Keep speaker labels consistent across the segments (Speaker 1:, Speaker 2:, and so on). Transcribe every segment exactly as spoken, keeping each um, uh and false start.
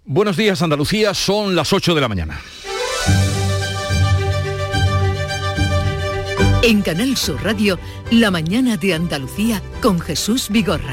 Speaker 1: Buenos días, Andalucía, son las ocho de la mañana.
Speaker 2: En Canal Sur Radio, La mañana de Andalucía con Jesús Vigorra.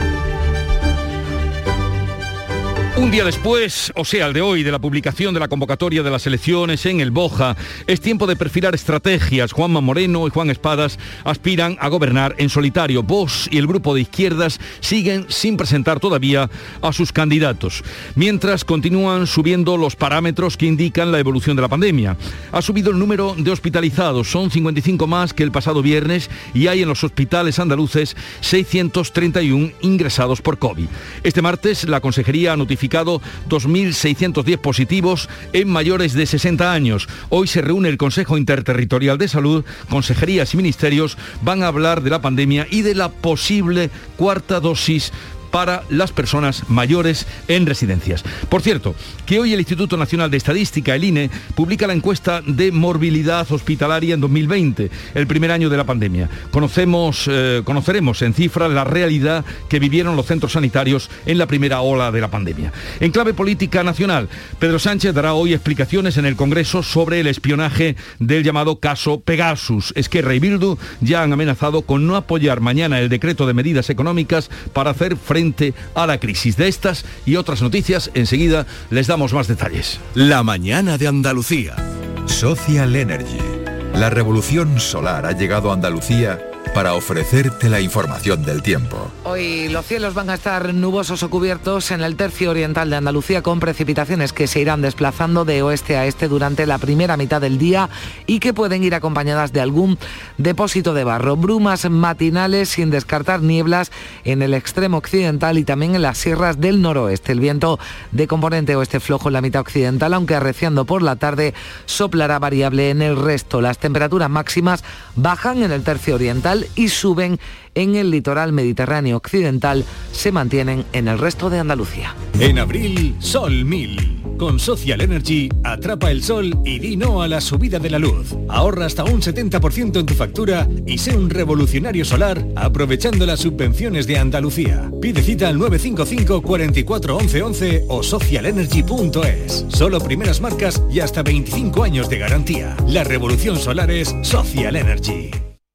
Speaker 1: Un día después, o sea, el de hoy, de la publicación de la convocatoria de las elecciones en el Boja, es tiempo de perfilar estrategias. Juanma Moreno y Juan Espadas aspiran a gobernar en solitario. Vox y el grupo de izquierdas siguen sin presentar todavía a sus candidatos, mientras continúan subiendo los parámetros que indican la evolución de la pandemia. Ha subido el número de hospitalizados, son cincuenta y cinco más que el pasado viernes y hay en los hospitales andaluces seiscientos treinta y uno ingresados por COVID. Este martes la Consejería ha notificado dos mil seiscientos diez positivos en mayores de sesenta años. Hoy se reúne el Consejo Interterritorial de Salud. Consejerías y ministerios van a hablar de la pandemia y de la posible cuarta dosis para las personas mayores en residencias. Por cierto, que hoy el Instituto Nacional de Estadística, el I N E, publica la encuesta de morbilidad hospitalaria en dos mil veinte, el primer año de la pandemia. Conocemos, eh, conoceremos en cifras la realidad que vivieron los centros sanitarios en la primera ola de la pandemia. En clave política nacional, Pedro Sánchez dará hoy explicaciones en el Congreso sobre el espionaje del llamado caso Pegasus. Esquerra y Bildu ya han amenazado con no apoyar mañana el decreto de medidas económicas para hacer frente frente a la crisis. De estas y otras noticias, enseguida les damos más detalles.
Speaker 3: La mañana de Andalucía. Social Energy. La revolución solar ha llegado a Andalucía para ofrecerte la información del tiempo.
Speaker 4: Hoy los cielos van a estar nubosos o cubiertos en el tercio oriental de Andalucía, con precipitaciones que se irán desplazando de oeste a este durante la primera mitad del día y que pueden ir acompañadas de algún depósito de barro. Brumas matinales, sin descartar nieblas en el extremo occidental y también en las sierras del noroeste. El viento de componente oeste flojo en la mitad occidental, aunque arreciando por la tarde, soplará variable en el resto. Las temperaturas máximas bajan en el tercio oriental y suben en el litoral mediterráneo occidental, se mantienen en el resto de Andalucía.
Speaker 5: En abril, Sol mil. Con Social Energy, atrapa el sol y di no a la subida de la luz. Ahorra hasta un setenta por ciento en tu factura y sé un revolucionario solar aprovechando las subvenciones de Andalucía. Pide cita al nueve cinco cinco, cuatro cuatro, once once o social energy punto es. Solo primeras marcas y hasta veinticinco años de garantía. La revolución solar es Social Energy.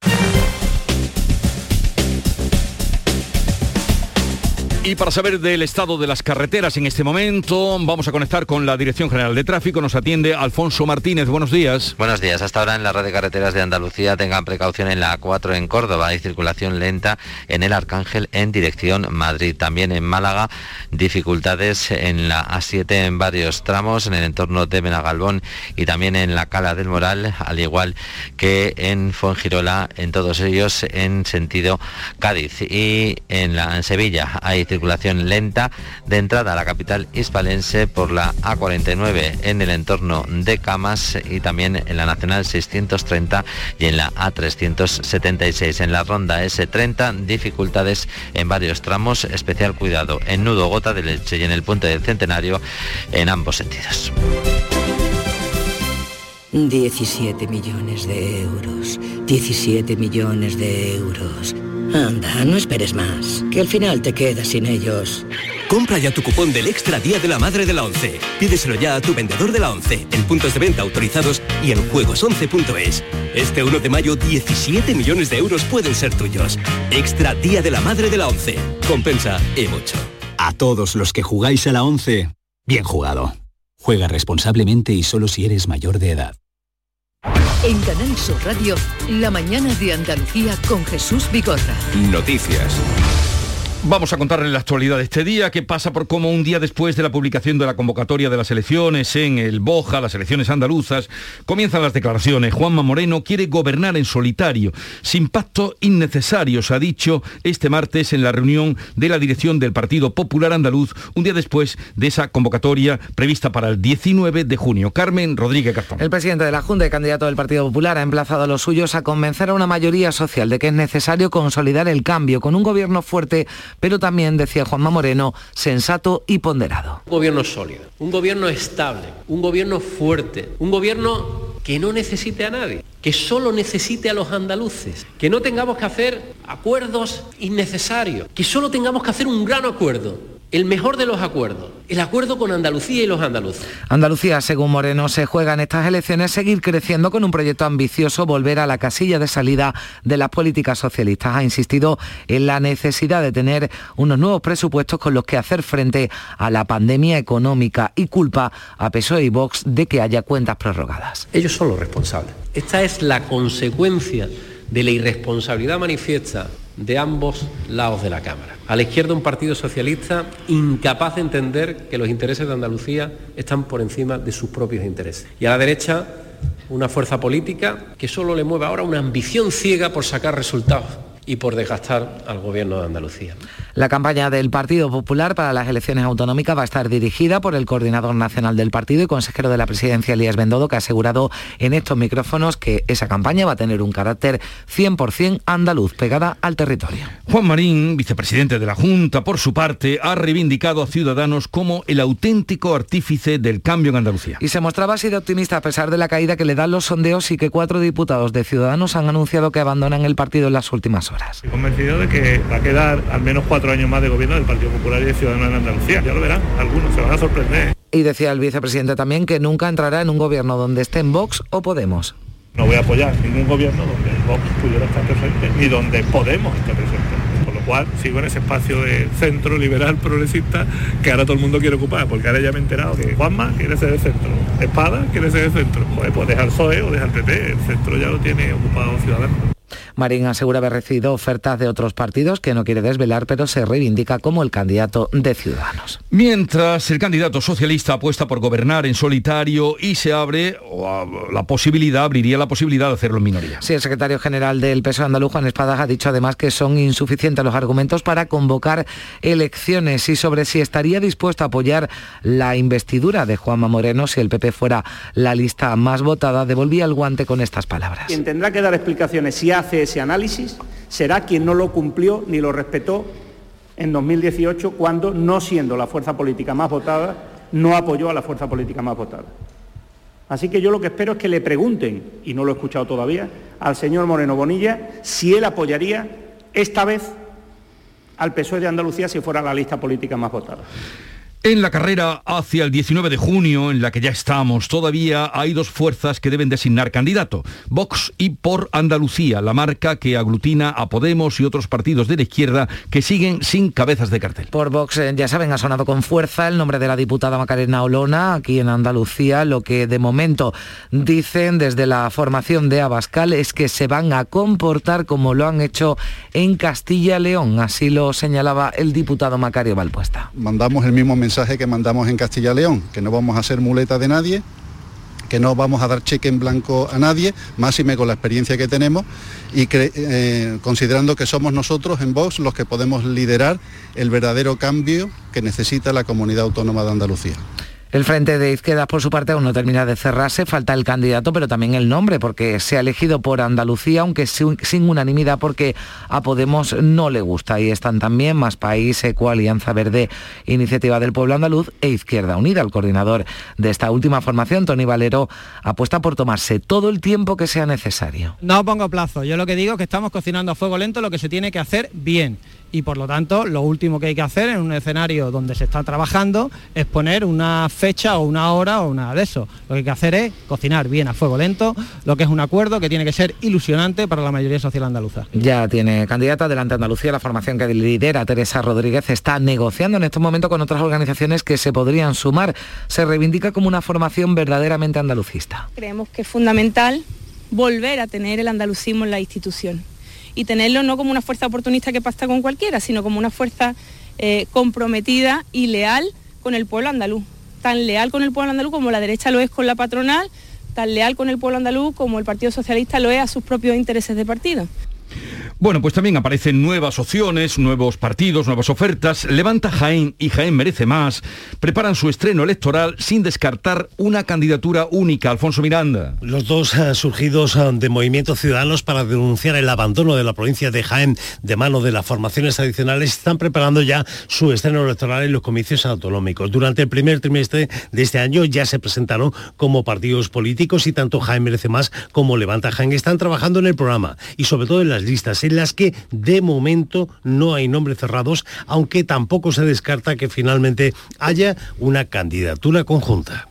Speaker 1: Y para saber del estado de las carreteras en este momento, vamos a conectar con la Dirección General de Tráfico. Nos atiende Alfonso Martínez. Buenos días.
Speaker 6: Buenos días. Hasta ahora en la red de carreteras de Andalucía tengan precaución en la A cuatro en Córdoba. Hay circulación lenta en el Arcángel en dirección Madrid. También en Málaga, dificultades en la A siete en varios tramos, en el entorno de Benagalbón y también en la Cala del Moral, al igual que en Fuengirola, en todos ellos en sentido Cádiz. Y en, la, en Sevilla hay circulación lenta de entrada a la capital hispalense por la A cuarenta y nueve en el entorno de Camas y también en la Nacional seiscientos treinta y en la A trescientos setenta y seis. En la ronda ese treinta, dificultades en varios tramos, especial cuidado en Nudo Gota de Leche y en el Puente del Centenario en ambos sentidos.
Speaker 7: diecisiete millones de euros. diecisiete millones de euros. Anda, no esperes más, que al final te quedas sin ellos.
Speaker 8: Compra ya tu cupón del Extra Día de la Madre de la ONCE. Pídeselo ya a tu vendedor de la ONCE, en puntos de venta autorizados y en juegos once punto es. Este uno de mayo, diecisiete millones de euros pueden ser tuyos. Extra Día de la Madre de la ONCE. Compensa y mucho.
Speaker 9: A todos los que jugáis a la ONCE, bien jugado. Juega responsablemente y solo si eres mayor de edad.
Speaker 2: En Canal Sur Radio, La mañana de Andalucía con Jesús Vigorra.
Speaker 3: Noticias.
Speaker 1: Vamos a contarles la actualidad de este día, que pasa por cómo un día después de la publicación de la convocatoria de las elecciones en el Boja, las elecciones andaluzas, comienzan las declaraciones. Juanma Moreno quiere gobernar en solitario, sin pacto innecesarios, ha dicho este martes en la reunión de la dirección del Partido Popular Andaluz, un día después de esa convocatoria prevista para el diecinueve de junio. Carmen Rodríguez Garzón.
Speaker 4: El presidente de la Junta y candidato del Partido Popular ha emplazado a los suyos a convencer a una mayoría social de que es necesario consolidar el cambio con un gobierno fuerte, pero también, decía Juanma Moreno, sensato y ponderado.
Speaker 10: Un gobierno sólido, un gobierno estable, un gobierno fuerte, un gobierno que no necesite a nadie, que solo necesite a los andaluces, que no tengamos que hacer acuerdos innecesarios, que solo tengamos que hacer un gran acuerdo el mejor de los acuerdos, el acuerdo con Andalucía y los andaluces.
Speaker 4: Andalucía, según Moreno, se juega en estas elecciones seguir creciendo con un proyecto ambicioso, volver a la casilla de salida de las políticas socialistas. Ha insistido en la necesidad de tener unos nuevos presupuestos con los que hacer frente a la pandemia económica y culpa a P S O E y Vox de que haya cuentas prorrogadas.
Speaker 10: Ellos son los responsables. Esta es la consecuencia de la irresponsabilidad manifiesta de ambos lados de la Cámara. A la izquierda un partido socialista incapaz de entender que los intereses de Andalucía están por encima de sus propios intereses. Y a la derecha una fuerza política que solo le mueve ahora una ambición ciega por sacar resultados y por desgastar al Gobierno de Andalucía.
Speaker 4: La campaña del Partido Popular para las elecciones autonómicas va a estar dirigida por el coordinador nacional del partido y consejero de la presidencia, Elías Bendodo, que ha asegurado en estos micrófonos que esa campaña va a tener un carácter cien por ciento andaluz, pegada al territorio.
Speaker 1: Juan Marín, vicepresidente de la Junta, por su parte, ha reivindicado a Ciudadanos como el auténtico artífice del cambio en Andalucía.
Speaker 4: Y se mostraba así de optimista a pesar de la caída que le dan los sondeos y que cuatro diputados de Ciudadanos han anunciado que abandonan el partido en las últimas horas.
Speaker 11: Estoy convencido de que va a quedar al menos cuatro años más de gobierno del Partido Popular y de Ciudadanos en Andalucía. Ya lo verán, algunos se van a sorprender.
Speaker 4: Y decía el vicepresidente también que nunca entrará en un gobierno donde estén Vox o Podemos.
Speaker 11: No voy a apoyar ningún gobierno donde Vox pudiera estar presente, ni donde Podemos esté presente. Por lo cual sigo en ese espacio de centro liberal progresista que ahora todo el mundo quiere ocupar, porque ahora ya me he enterado que Juanma quiere ser el centro, Espada quiere ser el centro. Joder, pues deja el P S O E o deja el P P, el centro ya lo tiene ocupado Ciudadanos.
Speaker 4: Marín asegura haber recibido ofertas de otros partidos que no quiere desvelar, pero se reivindica como el candidato de Ciudadanos.
Speaker 1: Mientras el candidato socialista apuesta por gobernar en solitario y se abre o la posibilidad, abriría la posibilidad de hacerlo en minoría.
Speaker 4: Sí, el secretario general del P S O E andaluz, Juan Espadas, ha dicho además que son insuficientes los argumentos para convocar elecciones y sobre si estaría dispuesto a apoyar la investidura de Juanma Moreno si el P P fuera la lista más votada, devolvía el guante con estas palabras.
Speaker 12: Quien tendrá que dar explicaciones si hace ese análisis será quien no lo cumplió ni lo respetó en dos mil dieciocho, cuando, no siendo la fuerza política más votada, no apoyó a la fuerza política más votada. Así que yo lo que espero es que le pregunten, y no lo he escuchado todavía, al señor Moreno Bonilla si él apoyaría esta vez al P S O E de Andalucía si fuera la lista política más votada.
Speaker 1: En la carrera hacia el diecinueve de junio, en la que ya estamos, todavía hay dos fuerzas que deben designar candidato. Vox y Por Andalucía, la marca que aglutina a Podemos y otros partidos de la izquierda que siguen sin cabezas de cartel.
Speaker 4: Por Vox, ya saben, ha sonado con fuerza el nombre de la diputada Macarena Olona aquí en Andalucía. Lo que de momento dicen desde la formación de Abascal es que se van a comportar como lo han hecho en Castilla y León. Así lo señalaba el diputado Macario Valpuesta.
Speaker 13: Mandamos el mismo mensaje mensaje que mandamos en Castilla y León, que no vamos a ser muleta de nadie, que no vamos a dar cheque en blanco a nadie, máxime con la experiencia que tenemos y que, eh, considerando que somos nosotros en Vox los que podemos liderar el verdadero cambio que necesita la comunidad autónoma de Andalucía.
Speaker 4: El Frente de Izquierdas, por su parte, aún no termina de cerrarse. Falta el candidato, pero también el nombre, porque se ha elegido por Andalucía, aunque sin unanimidad, porque a Podemos no le gusta. Ahí están también Más País, ECO, Alianza Verde, Iniciativa del Pueblo Andaluz e Izquierda Unida. El coordinador de esta última formación, Toni Valero, apuesta por tomarse todo el tiempo que sea necesario.
Speaker 14: No pongo plazo. Yo lo que digo es que estamos cocinando a fuego lento lo que se tiene que hacer bien. Y por lo tanto, lo último que hay que hacer en un escenario donde se está trabajando es poner una fecha o una hora o nada de eso. Lo que hay que hacer es cocinar bien a fuego lento, lo que es un acuerdo que tiene que ser ilusionante para la mayoría social andaluza.
Speaker 4: Ya tiene candidata Adelante Andalucía, la formación que lidera Teresa Rodríguez está negociando en estos momentos con otras organizaciones que se podrían sumar. Se reivindica como una formación verdaderamente andalucista.
Speaker 15: Creemos que es fundamental volver a tener el andalucismo en la institución. Y tenerlo no como una fuerza oportunista que pacta con cualquiera, sino como una fuerza eh, comprometida y leal con el pueblo andaluz. Tan leal con el pueblo andaluz como la derecha lo es con la patronal, tan leal con el pueblo andaluz como el Partido Socialista lo es a sus propios intereses de partido.
Speaker 1: Bueno, pues también aparecen nuevas opciones, nuevos partidos, nuevas ofertas. Levanta Jaén y Jaén Merece Más preparan su estreno electoral sin descartar una candidatura única. Alfonso Miranda.
Speaker 16: Los dos uh, surgidos uh, de Movimientos Ciudadanos para denunciar el abandono de la provincia de Jaén de mano de las formaciones tradicionales están preparando ya su estreno electoral en los comicios autonómicos. Durante el primer trimestre de este año ya se presentaron como partidos políticos y tanto Jaén Merece Más como Levanta Jaén están trabajando en el programa y sobre todo en las listas. En en las que de momento no hay nombres cerrados, aunque tampoco se descarta que finalmente haya una candidatura conjunta.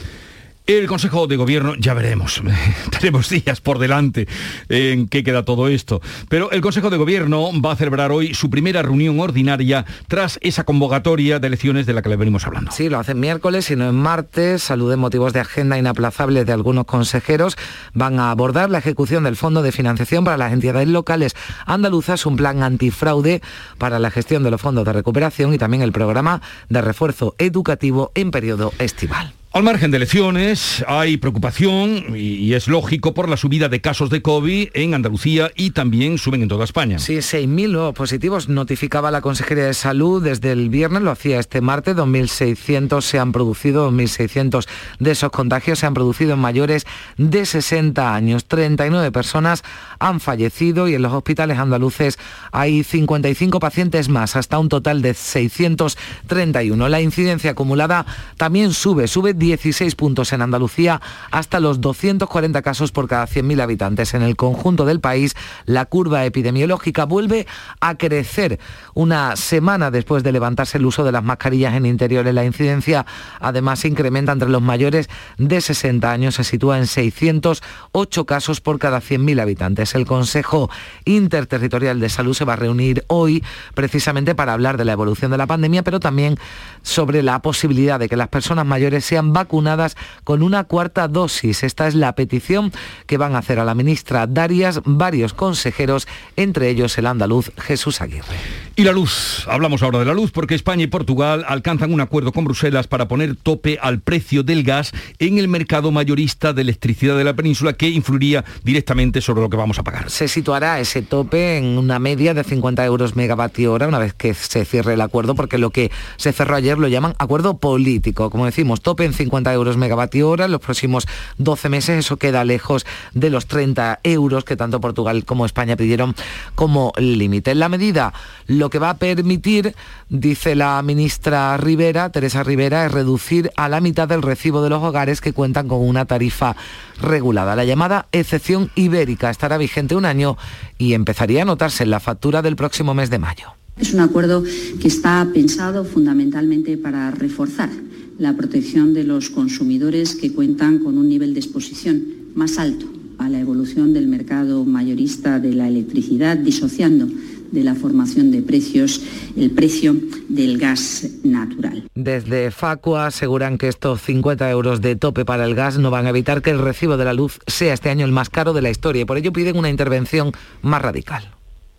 Speaker 1: El Consejo de Gobierno, ya veremos, tenemos días por delante en qué queda todo esto, pero el Consejo de Gobierno va a celebrar hoy su primera reunión ordinaria tras esa convocatoria de elecciones de la que le venimos hablando.
Speaker 4: Sí, lo hacen miércoles y no en martes. Salud en motivos de agenda inaplazables de algunos consejeros. Van a abordar la ejecución del Fondo de Financiación para las entidades locales andaluzas, un plan antifraude para la gestión de los fondos de recuperación y también el programa de refuerzo educativo en periodo estival.
Speaker 1: Al margen de elecciones, hay preocupación, y es lógico, por la subida de casos de COVID en Andalucía y también suben en toda España.
Speaker 4: Sí, seis mil nuevos positivos notificaba la Consejería de Salud desde el viernes, lo hacía este martes, dos mil seiscientos se han producido, dos mil seiscientos de esos contagios se han producido en mayores de sesenta años. treinta y nueve personas han fallecido y en los hospitales andaluces hay cincuenta y cinco pacientes más, hasta un total de seiscientos treinta y uno. La incidencia acumulada también sube, sube dieciséis puntos en Andalucía hasta los doscientos cuarenta casos por cada cien mil habitantes. En el conjunto del país, la curva epidemiológica vuelve a crecer una semana después de levantarse el uso de las mascarillas en interiores. La incidencia además se incrementa entre los mayores de sesenta años, se sitúa en seiscientos ocho casos por cada cien mil habitantes. El Consejo Interterritorial de Salud se va a reunir hoy precisamente para hablar de la evolución de la pandemia, pero también sobre la posibilidad de que las personas mayores sean vacunadas con una cuarta dosis. Esta es la petición que van a hacer a la ministra Darias varios consejeros, entre ellos el andaluz Jesús Aguirre.
Speaker 1: Y la luz, hablamos ahora de la luz porque España y Portugal alcanzan un acuerdo con Bruselas para poner tope al precio del gas en el mercado mayorista de electricidad de la península, que influiría directamente sobre lo que vamos a pagar.
Speaker 4: Se situará ese tope en una media de cincuenta euros megavatio hora una vez que se cierre el acuerdo, porque lo que se cerró ayer lo llaman acuerdo político. Como decimos, tope en cincuenta euros megavatio hora en los próximos doce meses. Eso queda lejos de los treinta euros que tanto Portugal como España pidieron como límite. La medida lo que va a permitir, dice la ministra Rivera, Teresa Rivera, es reducir a la mitad del recibo de los hogares que cuentan con una tarifa regulada. La llamada excepción ibérica estará vigente un año y empezaría a notarse en la factura del próximo mes de mayo.
Speaker 17: Es un acuerdo que está pensado fundamentalmente para reforzar la protección de los consumidores que cuentan con un nivel de exposición más alto a la evolución del mercado mayorista de la electricidad, disociando de la formación de precios el precio del gas natural.
Speaker 4: Desde Facua aseguran que estos cincuenta euros de tope para el gas no van a evitar que el recibo de la luz sea este año el más caro de la historia y por ello piden una intervención más radical.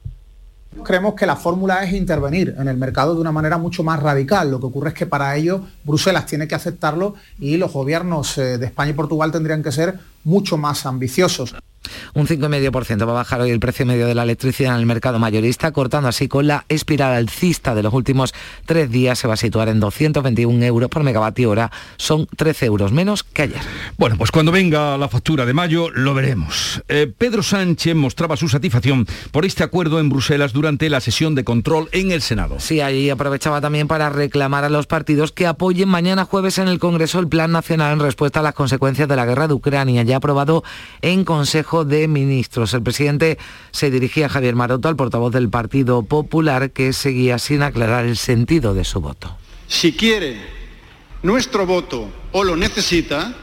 Speaker 18: Creemos que la fórmula es intervenir en el mercado de una manera mucho más radical. Lo que ocurre es que para ello Bruselas tiene que aceptarlo y los gobiernos de España y Portugal tendrían que ser mucho más ambiciosos.
Speaker 4: Un cinco coma cinco por ciento va a bajar hoy el precio medio de la electricidad en el mercado mayorista, cortando así con la espiral alcista de los últimos tres días. Se va a situar en doscientos veintiún euros por megavatio hora, son trece euros menos que ayer.
Speaker 1: Bueno, pues cuando venga la factura de mayo lo veremos. Eh, Pedro Sánchez mostraba su satisfacción por este acuerdo en Bruselas durante la sesión de control en el Senado.
Speaker 4: Sí, ahí aprovechaba también para reclamar a los partidos que apoyen mañana jueves en el Congreso el Plan Nacional en respuesta a las consecuencias de la guerra de Ucrania, ya aprobado en Consejo de Ministros. El presidente se dirigía a Javier Maroto, al portavoz del Partido Popular, que seguía sin aclarar el sentido de su voto.
Speaker 19: Si quiere nuestro voto o lo necesita,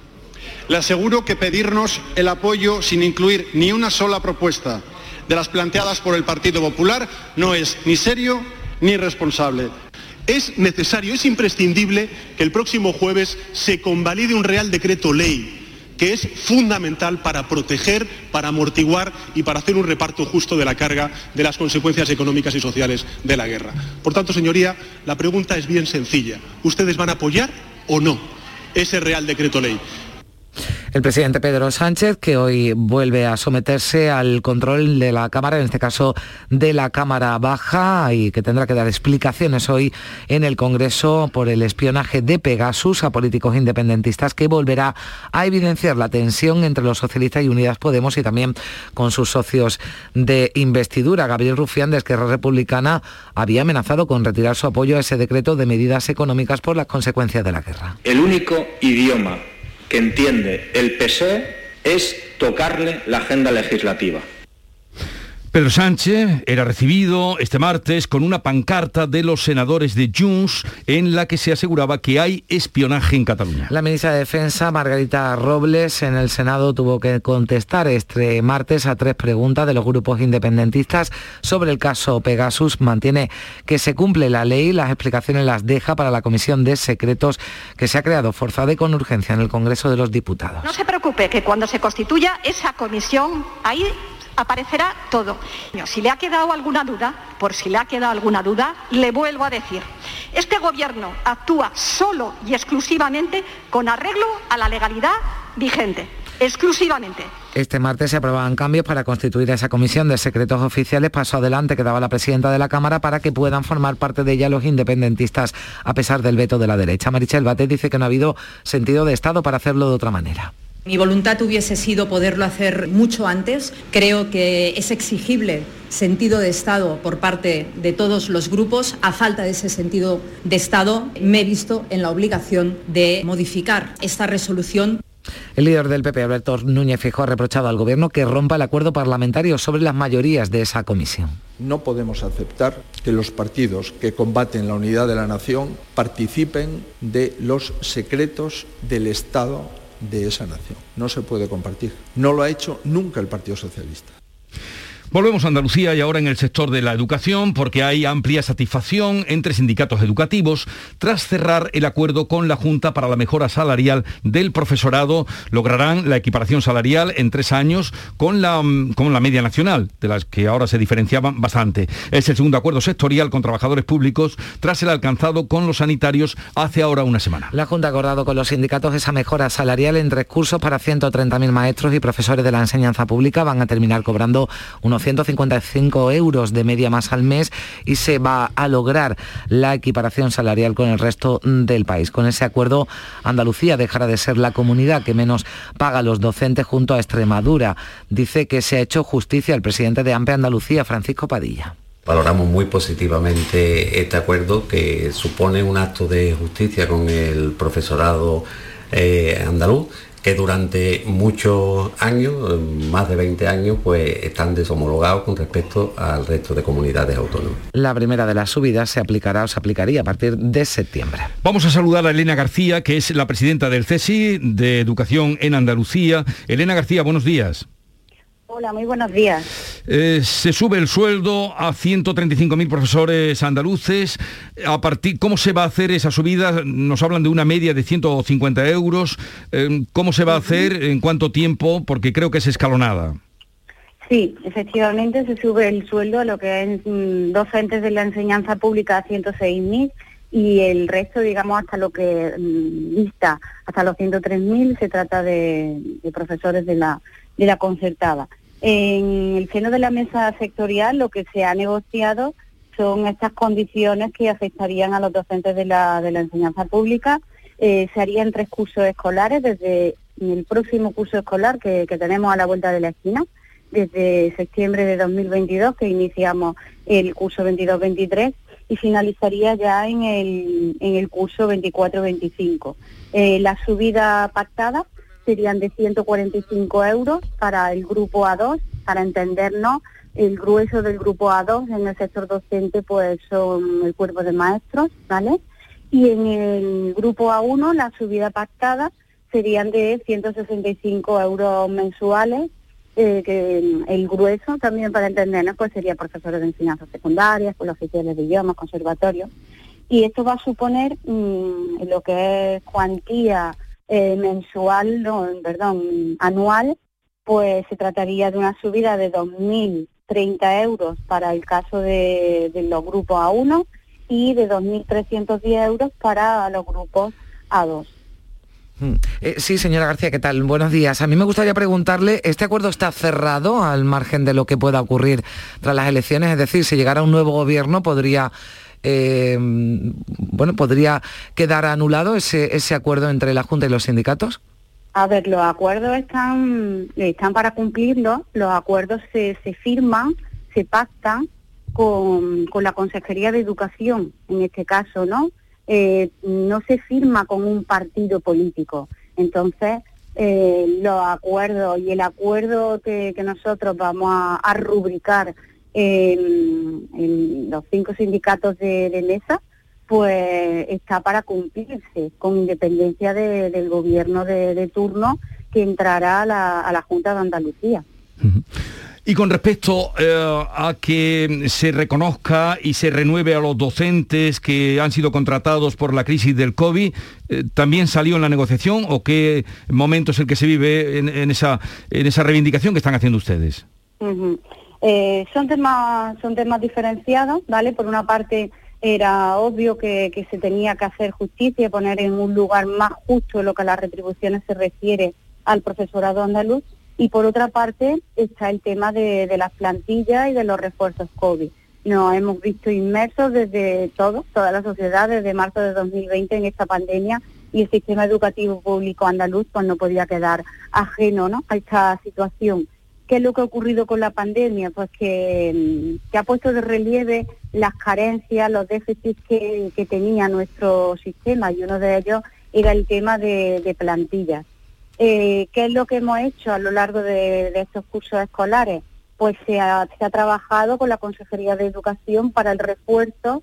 Speaker 19: le aseguro que pedirnos el apoyo sin incluir ni una sola propuesta de las planteadas por el Partido Popular no es ni serio ni responsable. Es necesario, es imprescindible que el próximo jueves se convalide un Real Decreto Ley que es fundamental para proteger, para amortiguar y para hacer un reparto justo de la carga de las consecuencias económicas y sociales de la guerra. Por tanto, señoría, la pregunta es bien sencilla. ¿Ustedes van a apoyar o no ese Real Decreto Ley?
Speaker 4: El presidente Pedro Sánchez, que hoy vuelve a someterse al control de la Cámara, en este caso de la Cámara Baja, y que tendrá que dar explicaciones hoy en el Congreso por el espionaje de Pegasus a políticos independentistas, que volverá a evidenciar la tensión entre los socialistas y Unidas Podemos y también con sus socios de investidura. Gabriel Rufián, de Esquerra Republicana, había amenazado con retirar su apoyo a ese decreto de medidas económicas por las consecuencias de la guerra.
Speaker 20: El único idioma que entiende el P S O E es tocarle la agenda legislativa.
Speaker 1: Pedro Sánchez era recibido este martes con una pancarta de los senadores de Junts en la que se aseguraba que hay espionaje en Cataluña.
Speaker 4: La ministra de Defensa, Margarita Robles, en el Senado tuvo que contestar este martes a tres preguntas de los grupos independentistas sobre el caso Pegasus. Mantiene que se cumple la ley, las explicaciones las deja para la Comisión de Secretos que se ha creado forzada y con urgencia en el Congreso de los Diputados.
Speaker 21: No se preocupe, que cuando se constituya esa comisión, ahí aparecerá todo. Si le ha quedado alguna duda, por si le ha quedado alguna duda, le vuelvo a decir, este gobierno actúa solo y exclusivamente con arreglo a la legalidad vigente, exclusivamente.
Speaker 4: Este martes se aprobaban cambios para constituir esa comisión de secretos oficiales, paso adelante que daba la presidenta de la Cámara para que puedan formar parte de ella los independentistas a pesar del veto de la derecha. Meritxell Batet dice que no ha habido sentido de Estado para hacerlo de otra manera.
Speaker 22: Mi voluntad hubiese sido poderlo hacer mucho antes. Creo que es exigible sentido de Estado por parte de todos los grupos. A falta de ese sentido de Estado, me he visto en la obligación de modificar esta resolución.
Speaker 4: El líder del P P, Alberto Núñez Feijóo, ha reprochado al Gobierno que rompa el acuerdo parlamentario sobre las mayorías de esa comisión.
Speaker 23: No podemos aceptar que los partidos que combaten la unidad de la nación participen de los secretos del Estado de esa nación. No se puede compartir. No lo ha hecho nunca el Partido Socialista.
Speaker 1: Volvemos a Andalucía y ahora en el sector de la educación, porque hay amplia satisfacción entre sindicatos educativos tras cerrar el acuerdo con la Junta para la mejora salarial del profesorado. Lograrán la equiparación salarial en tres años con la, con la media nacional, de las que ahora se diferenciaban bastante. Es el segundo acuerdo sectorial con trabajadores públicos tras el alcanzado con los sanitarios hace ahora una semana.
Speaker 4: La Junta ha acordado con los sindicatos esa mejora salarial en tres cursos para ciento treinta mil maestros y profesores de la enseñanza pública. Van a terminar cobrando unos ciento cincuenta y cinco euros de media más al mes y se va a lograr la equiparación salarial con el resto del país. Con ese acuerdo, Andalucía dejará de ser la comunidad que menos paga a los docentes junto a Extremadura. Dice que se ha hecho justicia el presidente de AMPE Andalucía, Francisco Padilla.
Speaker 24: Valoramos muy positivamente este acuerdo que supone un acto de justicia con el profesorado eh, andaluz, que durante muchos años, más de veinte años, pues están deshomologados con respecto al resto de comunidades autónomas.
Speaker 4: La primera de las subidas se aplicará o se aplicaría a partir de septiembre.
Speaker 1: Vamos a saludar a Elena García, que es la presidenta del C E S I, de Educación en Andalucía. Elena García, buenos días.
Speaker 25: Hola, muy buenos días.
Speaker 1: Eh, se sube el sueldo a ciento treinta y cinco mil profesores andaluces. A partir, ¿cómo se va a hacer esa subida? Nos hablan de una media de ciento cincuenta euros. Eh, ¿Cómo se va a hacer? ¿En cuánto tiempo? Porque creo que es escalonada.
Speaker 25: Sí, efectivamente se sube el sueldo a lo que es mm, docentes de la enseñanza pública a ciento seis mil y el resto, digamos, hasta lo que mm, lista, hasta los ciento tres mil se trata de, de profesores de la de la concertada. En el seno de la mesa sectorial lo que se ha negociado son estas condiciones que afectarían a los docentes de la, de la enseñanza pública. Eh, se harían tres cursos escolares desde el próximo curso escolar que, que tenemos a la vuelta de la esquina, desde septiembre de dos mil veintidós, que iniciamos el curso veintidós veintitrés, y finalizaría ya en el, en el curso veinticuatro veinticinco. Eh, la subida pactada serían de ciento cuarenta y cinco euros para el grupo A dos, para entendernos, el grueso del grupo A dos en el sector docente pues son el cuerpo de maestros, ¿vale? Y en el grupo A uno la subida pactada serían de ciento sesenta y cinco euros mensuales, eh, que el grueso también para entendernos pues sería profesores de enseñanza secundaria, escuelas oficiales de idiomas, conservatorios, y esto va a suponer mmm, lo que es cuantía Eh, mensual, no, perdón, anual, pues se trataría de una subida de dos mil treinta euros para el caso de, de los grupos A uno y de dos mil trescientos diez euros para los grupos A dos.
Speaker 4: Eh, sí, señora García, ¿qué tal? Buenos días. A mí me gustaría preguntarle, ¿este acuerdo está cerrado al margen de lo que pueda ocurrir tras las elecciones? Es decir, si llegara un nuevo gobierno, podría... Eh, bueno, ¿podría quedar anulado ese, ese acuerdo entre la Junta y los sindicatos?
Speaker 25: A ver, los acuerdos están están para cumplirlos, los acuerdos se, se firman, se pactan con, con la Consejería de Educación, en este caso, ¿no? Eh, no se firma con un partido político. Entonces, eh, los acuerdos y el acuerdo que, que nosotros vamos a, a rubricar en, en los cinco sindicatos de, de mesa, pues está para cumplirse, con independencia de, del gobierno de, de turno que entrará a la, a la Junta de Andalucía.
Speaker 1: Uh-huh. Y con respecto eh, a que se reconozca y se renueve a los docentes que han sido contratados por la crisis del COVID, eh, ¿también salió en la negociación o qué momento es el que se vive en, en, esa, en esa reivindicación que están haciendo ustedes?
Speaker 25: Uh-huh. Eh, son temas, son temas diferenciados, ¿vale? Por una parte era obvio que, que se tenía que hacer justicia y poner en un lugar más justo en lo que a las retribuciones se refiere al profesorado andaluz. Y por otra parte está el tema de, de las plantillas y de los refuerzos COVID. Nos hemos visto inmersos desde todo, toda la sociedad, desde marzo de dos mil veinte en esta pandemia, y el sistema educativo público andaluz pues no podía quedar ajeno, ¿no?, a esta situación. ¿Qué es lo que ha ocurrido con la pandemia? Pues que, que ha puesto de relieve las carencias, los déficits que, que tenía nuestro sistema, y uno de ellos era el tema de, de plantillas. Eh, ¿Qué es lo que hemos hecho a lo largo de, de estos cursos escolares? Pues se ha, se ha trabajado con la Consejería de Educación para el refuerzo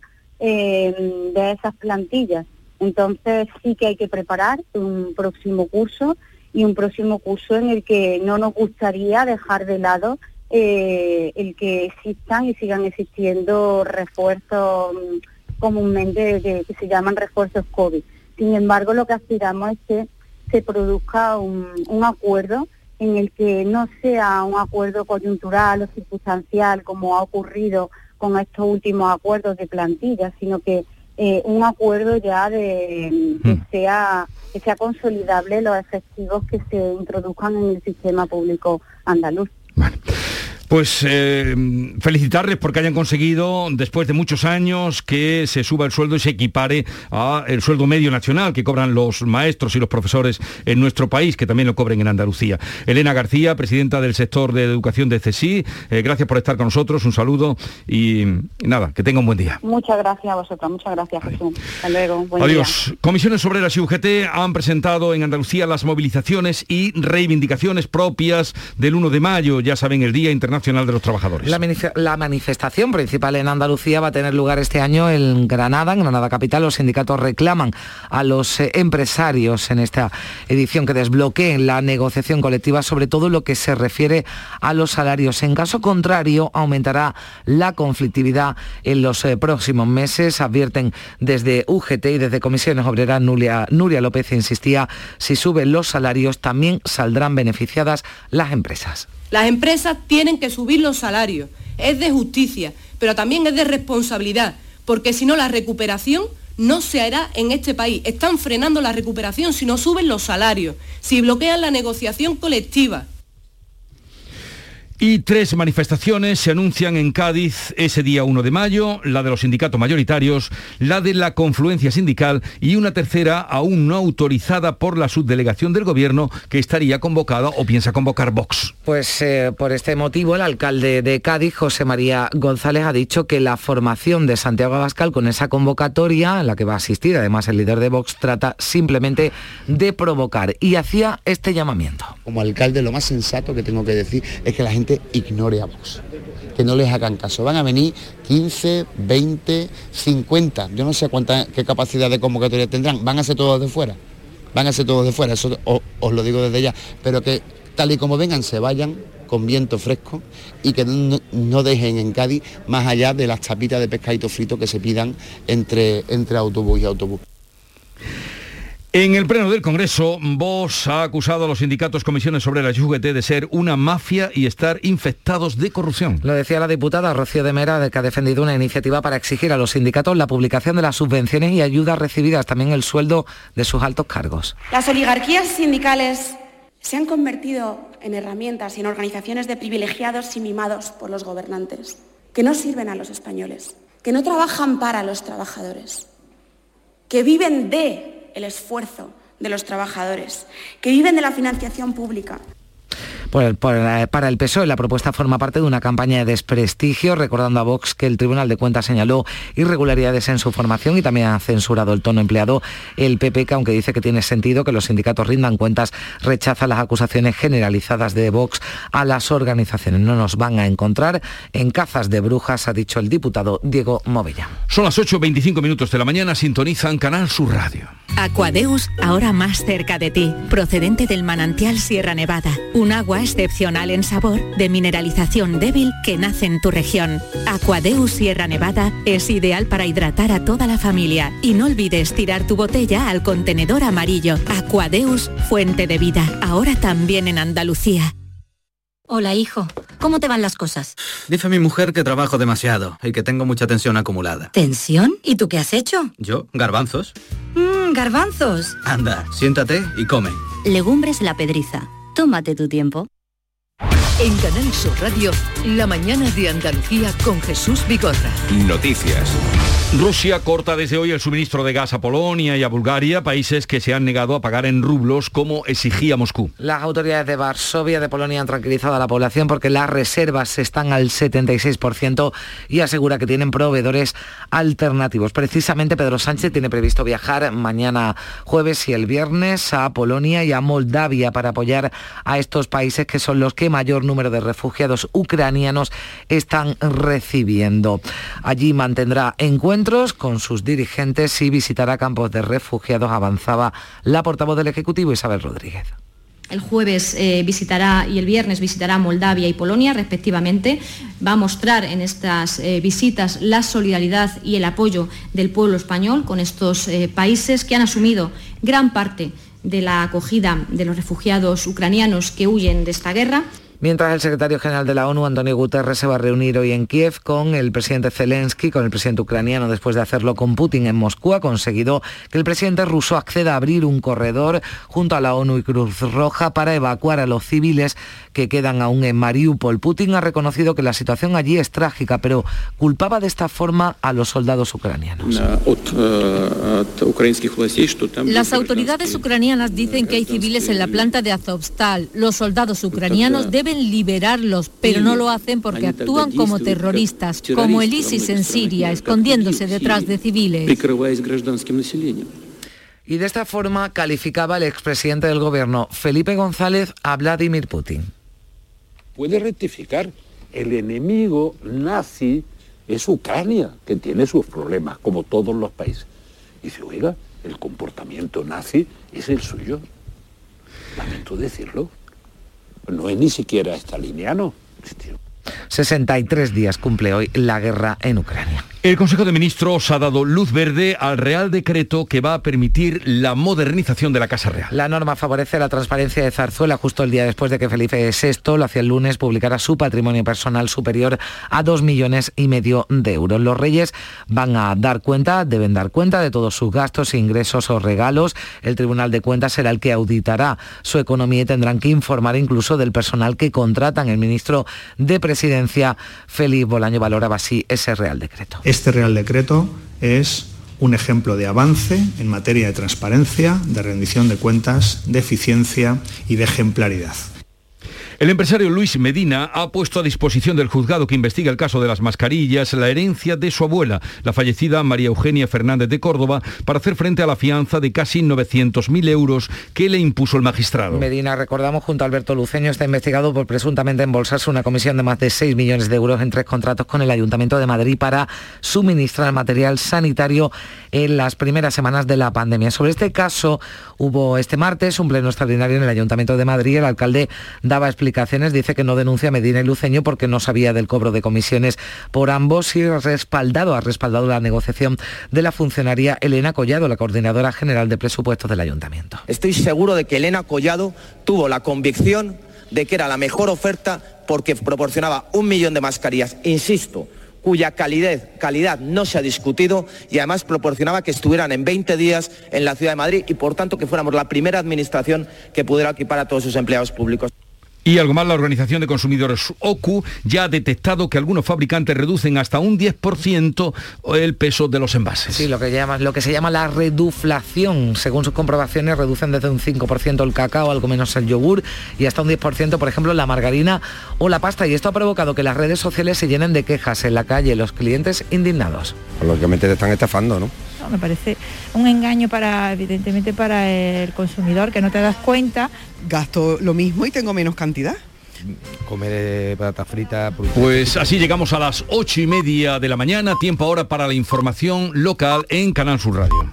Speaker 25: eh, de esas plantillas. Entonces sí que hay que preparar un próximo curso, y un próximo curso en el que no nos gustaría dejar de lado eh, el que existan y sigan existiendo refuerzos comúnmente que, que se llaman refuerzos COVID. Sin embargo, lo que aspiramos es que se produzca un, un acuerdo en el que no sea un acuerdo coyuntural o circunstancial como ha ocurrido con estos últimos acuerdos de plantilla, sino que eh, un acuerdo ya de que sea que sea consolidable los efectivos que se introduzcan en el sistema público andaluz.
Speaker 1: Vale. Pues eh, felicitarles porque hayan conseguido, después de muchos años, que se suba el sueldo y se equipare a el sueldo medio nacional que cobran los maestros y los profesores en nuestro país, que también lo cobren en Andalucía. Elena García, presidenta del sector de educación de CESI, eh, gracias por estar con nosotros, un saludo y, y nada, que tenga un buen día.
Speaker 25: Muchas gracias a vosotros, muchas gracias, Jesús. Hasta luego, buen
Speaker 1: Adiós.
Speaker 25: día.
Speaker 1: Comisiones Obreras y U G T han presentado en Andalucía las movilizaciones y reivindicaciones propias del uno de mayo, ya saben, el Día Internacional de los Trabajadores.
Speaker 4: La, la manifestación principal en Andalucía va a tener lugar este año en Granada, en Granada Capital. Los sindicatos reclaman a los eh, empresarios en esta edición que desbloqueen la negociación colectiva, sobre todo lo que se refiere a los salarios. En caso contrario, aumentará la conflictividad en los eh, próximos meses. Advierten desde U G T y desde Comisiones Obreras. Nuria, Nuria López insistía, si suben los salarios también saldrán beneficiadas las empresas.
Speaker 5: Las empresas tienen que subir los salarios, es de justicia, pero también es de responsabilidad, porque si no la recuperación no se hará en este país. Están frenando la recuperación si no suben los salarios, si bloquean la negociación colectiva.
Speaker 1: Y tres manifestaciones se anuncian en Cádiz ese día uno de mayo, la de los sindicatos mayoritarios, la de la confluencia sindical y una tercera aún no autorizada por la subdelegación del Gobierno que estaría convocada o piensa convocar Vox.
Speaker 4: Pues eh, por este motivo el alcalde de Cádiz, José María González, ha dicho que la formación de Santiago Abascal con esa convocatoria, en la que va a asistir además el líder de Vox, trata simplemente de provocar, y hacía este llamamiento.
Speaker 6: Como alcalde, lo más sensato que tengo que decir es que la gente ignore a Vox, que no les hagan caso. Van a venir quince, veinte, cincuenta, yo no sé cuánta, qué capacidad de convocatoria tendrán, van a ser todos de fuera, van a ser todos de fuera, eso os, os lo digo desde ya, pero que tal y como vengan se vayan con viento fresco y que no, no dejen en Cádiz más allá de las tapitas de pescadito frito que se pidan entre, entre autobús y autobús.
Speaker 1: En el Pleno del Congreso, Vox ha acusado a los sindicatos, Comisiones Obreras y U G T de ser una mafia y estar infectados de corrupción.
Speaker 4: Lo decía la diputada Rocío de Mera, que ha defendido una iniciativa para exigir a los sindicatos la publicación de las subvenciones y ayudas recibidas, también el sueldo de sus altos cargos.
Speaker 7: Las oligarquías sindicales se han convertido en herramientas y en organizaciones de privilegiados y mimados por los gobernantes, que no sirven a los españoles, que no trabajan para los trabajadores, que viven de el esfuerzo de los trabajadores, que viven de la financiación pública.
Speaker 4: Por, por, para el P S O E, la propuesta forma parte de una campaña de desprestigio, recordando a Vox que el Tribunal de Cuentas señaló irregularidades en su formación y también ha censurado el tono empleado el P P, que aunque dice que tiene sentido que los sindicatos rindan cuentas, rechaza las acusaciones generalizadas de Vox a las organizaciones. No nos van a encontrar en cazas de brujas, ha dicho el diputado Diego Movella.
Speaker 1: Son las ocho y veinticinco minutos de la mañana, sintonizan Canal Sur Radio.
Speaker 2: Aquadeus, ahora más cerca de ti, procedente del manantial Sierra Nevada, un agua excepcional en sabor, de mineralización débil que nace en tu región. Aquadeus Sierra Nevada es ideal para hidratar a toda la familia y no olvides tirar tu botella al contenedor amarillo. Aquadeus, fuente de vida, ahora también en Andalucía.
Speaker 3: Hola, hijo. ¿Cómo te van las cosas?
Speaker 8: Dice mi mujer que trabajo demasiado y que tengo mucha tensión acumulada.
Speaker 3: ¿Tensión? ¿Y tú qué has hecho?
Speaker 8: ¿Yo? ¿Garbanzos?
Speaker 3: Mmm, garbanzos.
Speaker 8: Anda, siéntate y come.
Speaker 3: Legumbres La Pedriza. Tómate tu tiempo.
Speaker 9: En Canal Sur Radio, la mañana de Andalucía con Jesús Vigorra.
Speaker 1: Noticias. Rusia corta desde hoy el suministro de gas a Polonia y a Bulgaria, países que se han negado a pagar en rublos como exigía Moscú.
Speaker 4: Las autoridades de Varsovia de Polonia han tranquilizado a la población porque las reservas están al setenta y seis por ciento y asegura que tienen proveedores alternativos. Precisamente Pedro Sánchez tiene previsto viajar mañana jueves y el viernes a Polonia y a Moldavia para apoyar a estos países que son los que mayor número de refugiados ucranianos están recibiendo. Allí mantendrá encuentros con sus dirigentes y visitará campos de refugiados, avanzaba la portavoz del Ejecutivo, Isabel Rodríguez.
Speaker 10: El jueves eh, visitará y el viernes visitará Moldavia y Polonia, respectivamente. Va a mostrar en estas eh, visitas la solidaridad y el apoyo del pueblo español con estos eh, países que han asumido gran parte de la acogida de los refugiados ucranianos que huyen de esta guerra.
Speaker 4: Mientras el secretario general de la ONU, Antonio Guterres, se va a reunir hoy en Kiev con el presidente Zelensky, con el presidente ucraniano, después de hacerlo con Putin en Moscú, ha conseguido que el presidente ruso acceda a abrir un corredor junto a la ONU y Cruz Roja para evacuar a los civiles que quedan aún en Mariupol. Putin ha reconocido que la situación allí es trágica, pero culpaba de esta forma a los soldados ucranianos.
Speaker 26: Las autoridades ucranianas dicen que hay civiles en la planta de Azovstal. Los soldados ucranianos deben liberarlos, pero no lo hacen porque actúan como terroristas, como el ISIS en Siria, escondiéndose detrás de civiles.
Speaker 4: Y de esta forma calificaba el expresidente del gobierno, Felipe González, a Vladimir Putin.
Speaker 27: Puede rectificar, el enemigo nazi es Ucrania, que tiene sus problemas, como todos los países. Y dice, oiga, el comportamiento nazi es el suyo. Lamento decirlo. No es ni siquiera staliniano.
Speaker 4: sesenta y tres días cumple hoy la guerra en Ucrania.
Speaker 1: El Consejo de Ministros ha dado luz verde al Real Decreto que va a permitir la modernización de la Casa Real.
Speaker 4: La norma favorece la transparencia de Zarzuela justo el día después de que Felipe sexto, lo hacía el lunes, publicara su patrimonio personal superior a dos millones y medio de euros. Los reyes van a dar cuenta, deben dar cuenta de todos sus gastos, ingresos o regalos. El Tribunal de Cuentas será el que auditará su economía y tendrán que informar incluso del personal que contratan. El ministro de Presidencia, Félix Bolaño, valoraba así ese Real Decreto.
Speaker 28: Este Real Decreto es un ejemplo de avance en materia de transparencia, de rendición de cuentas, de eficiencia y de ejemplaridad.
Speaker 1: El empresario Luis Medina ha puesto a disposición del juzgado que investiga el caso de las mascarillas la herencia de su abuela, la fallecida María Eugenia Fernández de Córdoba, para hacer frente a la fianza de casi novecientos mil euros que le impuso el magistrado.
Speaker 4: Medina, recordamos, junto a Alberto Luceño, está investigado por presuntamente embolsarse una comisión de más de seis millones de euros en tres contratos con el Ayuntamiento de Madrid para suministrar material sanitario en las primeras semanas de la pandemia. Sobre este caso hubo este martes un pleno extraordinario en el Ayuntamiento de Madrid. El alcalde daba explicaciones, dice que no denuncia a Medina y Luceño porque no sabía del cobro de comisiones por ambos y respaldado, ha respaldado la negociación de la funcionaria Elena Collado, la coordinadora general de presupuestos del Ayuntamiento.
Speaker 29: Estoy seguro de que Elena Collado tuvo la convicción de que era la mejor oferta porque proporcionaba un millón de mascarillas, insisto, cuya calidad, calidad no se ha discutido y además proporcionaba que estuvieran en veinte días en la Ciudad de Madrid y por tanto que fuéramos la primera administración que pudiera equipar a todos sus empleados públicos.
Speaker 1: Y algo más, la Organización de Consumidores O C U ya ha detectado que algunos fabricantes reducen hasta un diez por ciento el peso de los envases.
Speaker 4: Sí, lo que, llama, lo que se llama la reduflación. Según sus comprobaciones, reducen desde un cinco por ciento el cacao, algo menos el yogur, y hasta un diez por ciento, por ejemplo, la margarina o la pasta. Y esto ha provocado que las redes sociales se llenen de quejas en la calle, los clientes indignados.
Speaker 11: Lógicamente te están estafando, ¿no?
Speaker 12: No, me parece un engaño para, evidentemente, para el consumidor, que no te das cuenta.
Speaker 13: Gasto lo mismo y tengo menos cantidad.
Speaker 11: Comer patata frita.
Speaker 1: Pues así llegamos a las ocho y media de la mañana, tiempo ahora para la información local en Canal Sur Radio.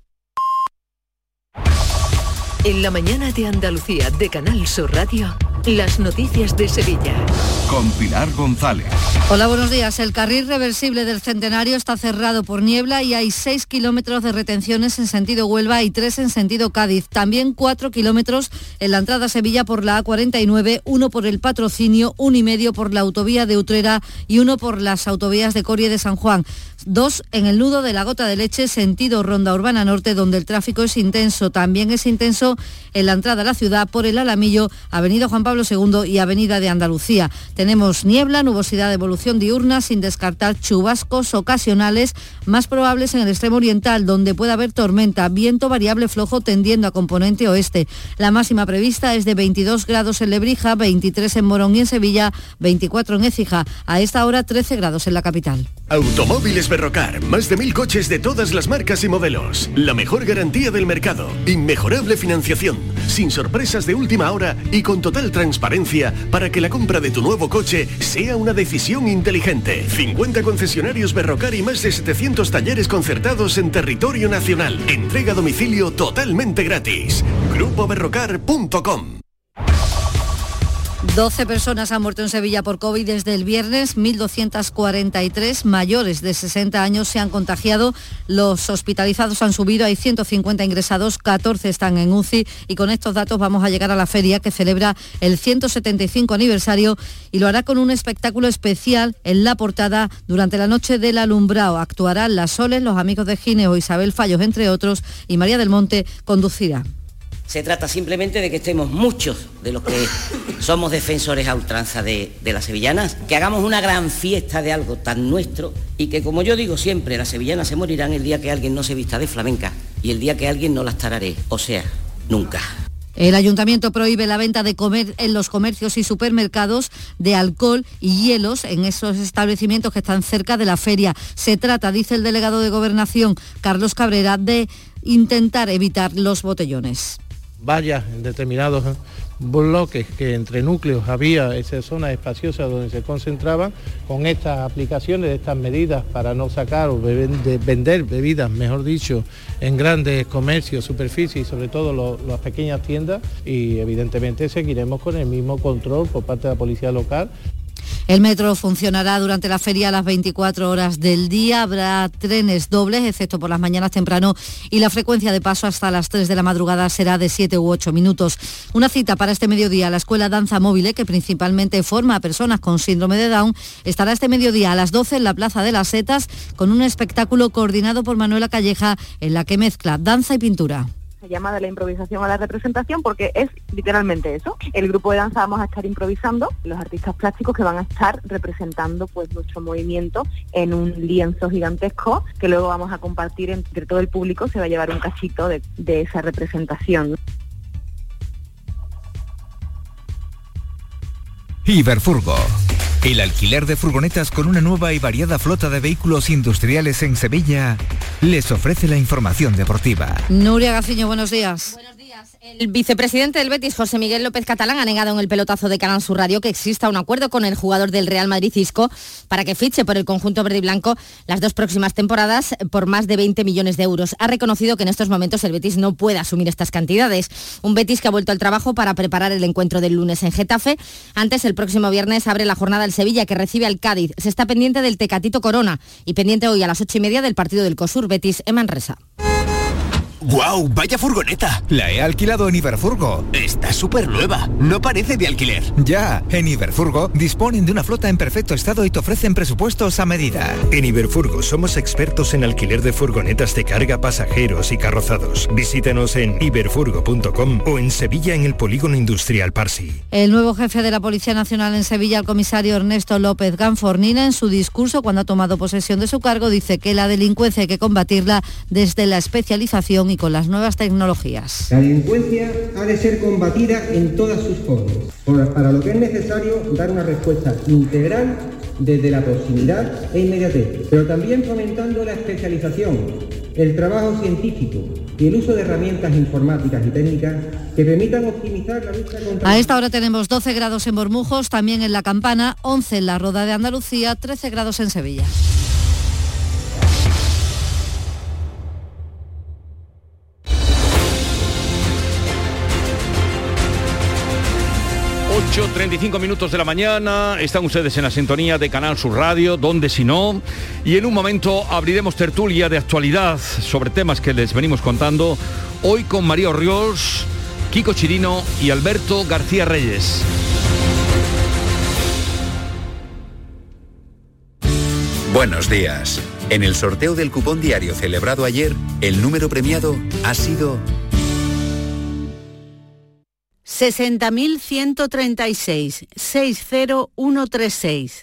Speaker 9: En la mañana de Andalucía de Canal Sur Radio, las noticias de Sevilla.
Speaker 14: Con Pilar González.
Speaker 26: Hola, buenos días. El carril reversible del Centenario está cerrado por niebla y hay seis kilómetros de retenciones en sentido Huelva y tres en sentido Cádiz. También cuatro kilómetros en la entrada a Sevilla por la A cuarenta y nueve, uno por el Patrocinio, uno y medio por la autovía de Utrera y uno por las autovías de Coria y de San Juan. Dos en el nudo de la Gota de Leche, sentido Ronda Urbana Norte, donde el tráfico es intenso. También es intenso en la entrada a la ciudad por el Alamillo, Avenida Juan Pablo segundo y Avenida de Andalucía. Tenemos niebla, nubosidad de evolución diurna, sin descartar chubascos ocasionales, más probables en el extremo oriental, donde puede haber tormenta, viento variable flojo tendiendo a componente oeste. La máxima prevista es de veintidós grados en Lebrija, veintitrés en Morón y en Sevilla, veinticuatro en Écija. A esta hora trece grados en la capital.
Speaker 15: Automóviles Berrocar, más de mil coches de todas las marcas y modelos. La mejor garantía del mercado, inmejorable financiación, sin sorpresas de última hora y con total transparencia para que la compra de tu nuevo coche sea una decisión inteligente. cincuenta concesionarios Berrocar y más de setecientos talleres concertados en territorio nacional. Entrega a domicilio totalmente gratis. grupo berrocar punto com.
Speaker 26: doce personas han muerto en Sevilla por COVID desde el viernes, mil doscientos cuarenta y tres mayores de sesenta años se han contagiado, los hospitalizados han subido, hay ciento cincuenta ingresados, catorce están en U C I y con estos datos vamos a llegar a la feria que celebra el ciento setenta y cinco aniversario y lo hará con un espectáculo especial en la portada durante la noche del alumbrado. Actuarán Las Soles, los amigos de Gineo, Isabel Fallos, entre otros, y María del Monte conducirá.
Speaker 16: Se trata simplemente de que estemos muchos de los que somos defensores a ultranza de, de las sevillanas, que hagamos una gran fiesta de algo tan nuestro y que, como yo digo siempre, las sevillanas se morirán el día que alguien no se vista de flamenca y el día que alguien no las tararé, o sea, nunca.
Speaker 26: El ayuntamiento prohíbe la venta de comer en los comercios y supermercados de alcohol y hielos en esos establecimientos que están cerca de la feria. Se trata, dice el delegado de Gobernación, Carlos Cabrera, de intentar evitar los botellones.
Speaker 17: Vallas en determinados bloques que entre núcleos había esas zonas espaciosas donde se concentraban, con estas aplicaciones de estas medidas para no sacar o beber, de vender bebidas, mejor dicho, en grandes comercios, superficies y sobre todo los, las pequeñas tiendas, y evidentemente seguiremos con el mismo control por parte de la policía local.
Speaker 26: El metro funcionará durante la feria a las veinticuatro horas del día, habrá trenes dobles, excepto por las mañanas temprano, y la frecuencia de paso hasta las tres de la madrugada será de siete u ocho minutos. Una cita para este mediodía, la Escuela Danza Móvil, que principalmente forma a personas con síndrome de Down, estará este mediodía a las doce en la Plaza de las Setas, con un espectáculo coordinado por Manuela Calleja, en la que mezcla danza y pintura.
Speaker 18: Se llama de la improvisación a la representación porque es literalmente eso. El grupo de danza vamos a estar improvisando, los artistas plásticos que van a estar representando pues nuestro movimiento en un lienzo gigantesco que luego vamos a compartir entre todo el público, se va a llevar un cachito de, de esa representación.
Speaker 19: Iberfurgo, el alquiler de furgonetas con una nueva y variada flota de vehículos industriales en Sevilla, les ofrece la información deportiva.
Speaker 26: Nuria Gaciño, buenos días.
Speaker 30: Buenos días. El vicepresidente del Betis, José Miguel López Catalán, ha negado en el pelotazo de Canal Sur Radio que exista un acuerdo con el jugador del Real Madrid, Isco, para que fiche por el conjunto verde y blanco las dos próximas temporadas por más de veinte millones de euros. Ha reconocido que en estos momentos el Betis no puede asumir estas cantidades. Un Betis que ha vuelto al trabajo para preparar el encuentro del lunes en Getafe. Antes, el próximo viernes abre la jornada el Sevilla, que recibe al Cádiz. Se está pendiente del Tecatito Corona y pendiente hoy a las ocho y media del partido del COSUR Betis en Manresa.
Speaker 2: ¡Guau! Wow, ¡vaya furgoneta!
Speaker 19: La he alquilado en Iberfurgo.
Speaker 2: Está súper nueva. No parece de alquiler.
Speaker 19: Ya, en Iberfurgo disponen de una flota en perfecto estado y te ofrecen presupuestos a medida.
Speaker 5: En Iberfurgo somos expertos en alquiler de furgonetas de carga, pasajeros y carrozados. Visítanos en iberfurgo punto com o en Sevilla en el Polígono Industrial Parsi.
Speaker 6: El nuevo jefe de la Policía Nacional en Sevilla, el comisario Ernesto López Ganfornina, en su discurso cuando ha tomado posesión de su cargo, dice que la delincuencia hay que combatirla desde la especialización y con las nuevas tecnologías.
Speaker 7: La delincuencia ha de ser combatida en todas sus formas, para lo que es necesario dar una respuesta integral desde la proximidad e inmediatez, pero también fomentando la especialización, el trabajo científico y el uso de herramientas informáticas y técnicas que permitan optimizar la lucha contra...
Speaker 6: A esta hora tenemos doce grados en Bormujos, también en La Campana, once en la Roda de Andalucía, trece grados en Sevilla.
Speaker 1: ocho treinta y cinco minutos de la mañana, están ustedes en la sintonía de Canal Sur Radio, donde si no, y en un momento abriremos tertulia de actualidad sobre temas que les venimos contando, hoy con María Orriols, Kiko Chirino y Alberto García Reyes.
Speaker 20: Buenos días. En el sorteo del cupón diario celebrado ayer, el número premiado ha sido...
Speaker 21: sesenta mil ciento treinta y seis, seis cero uno tres seis.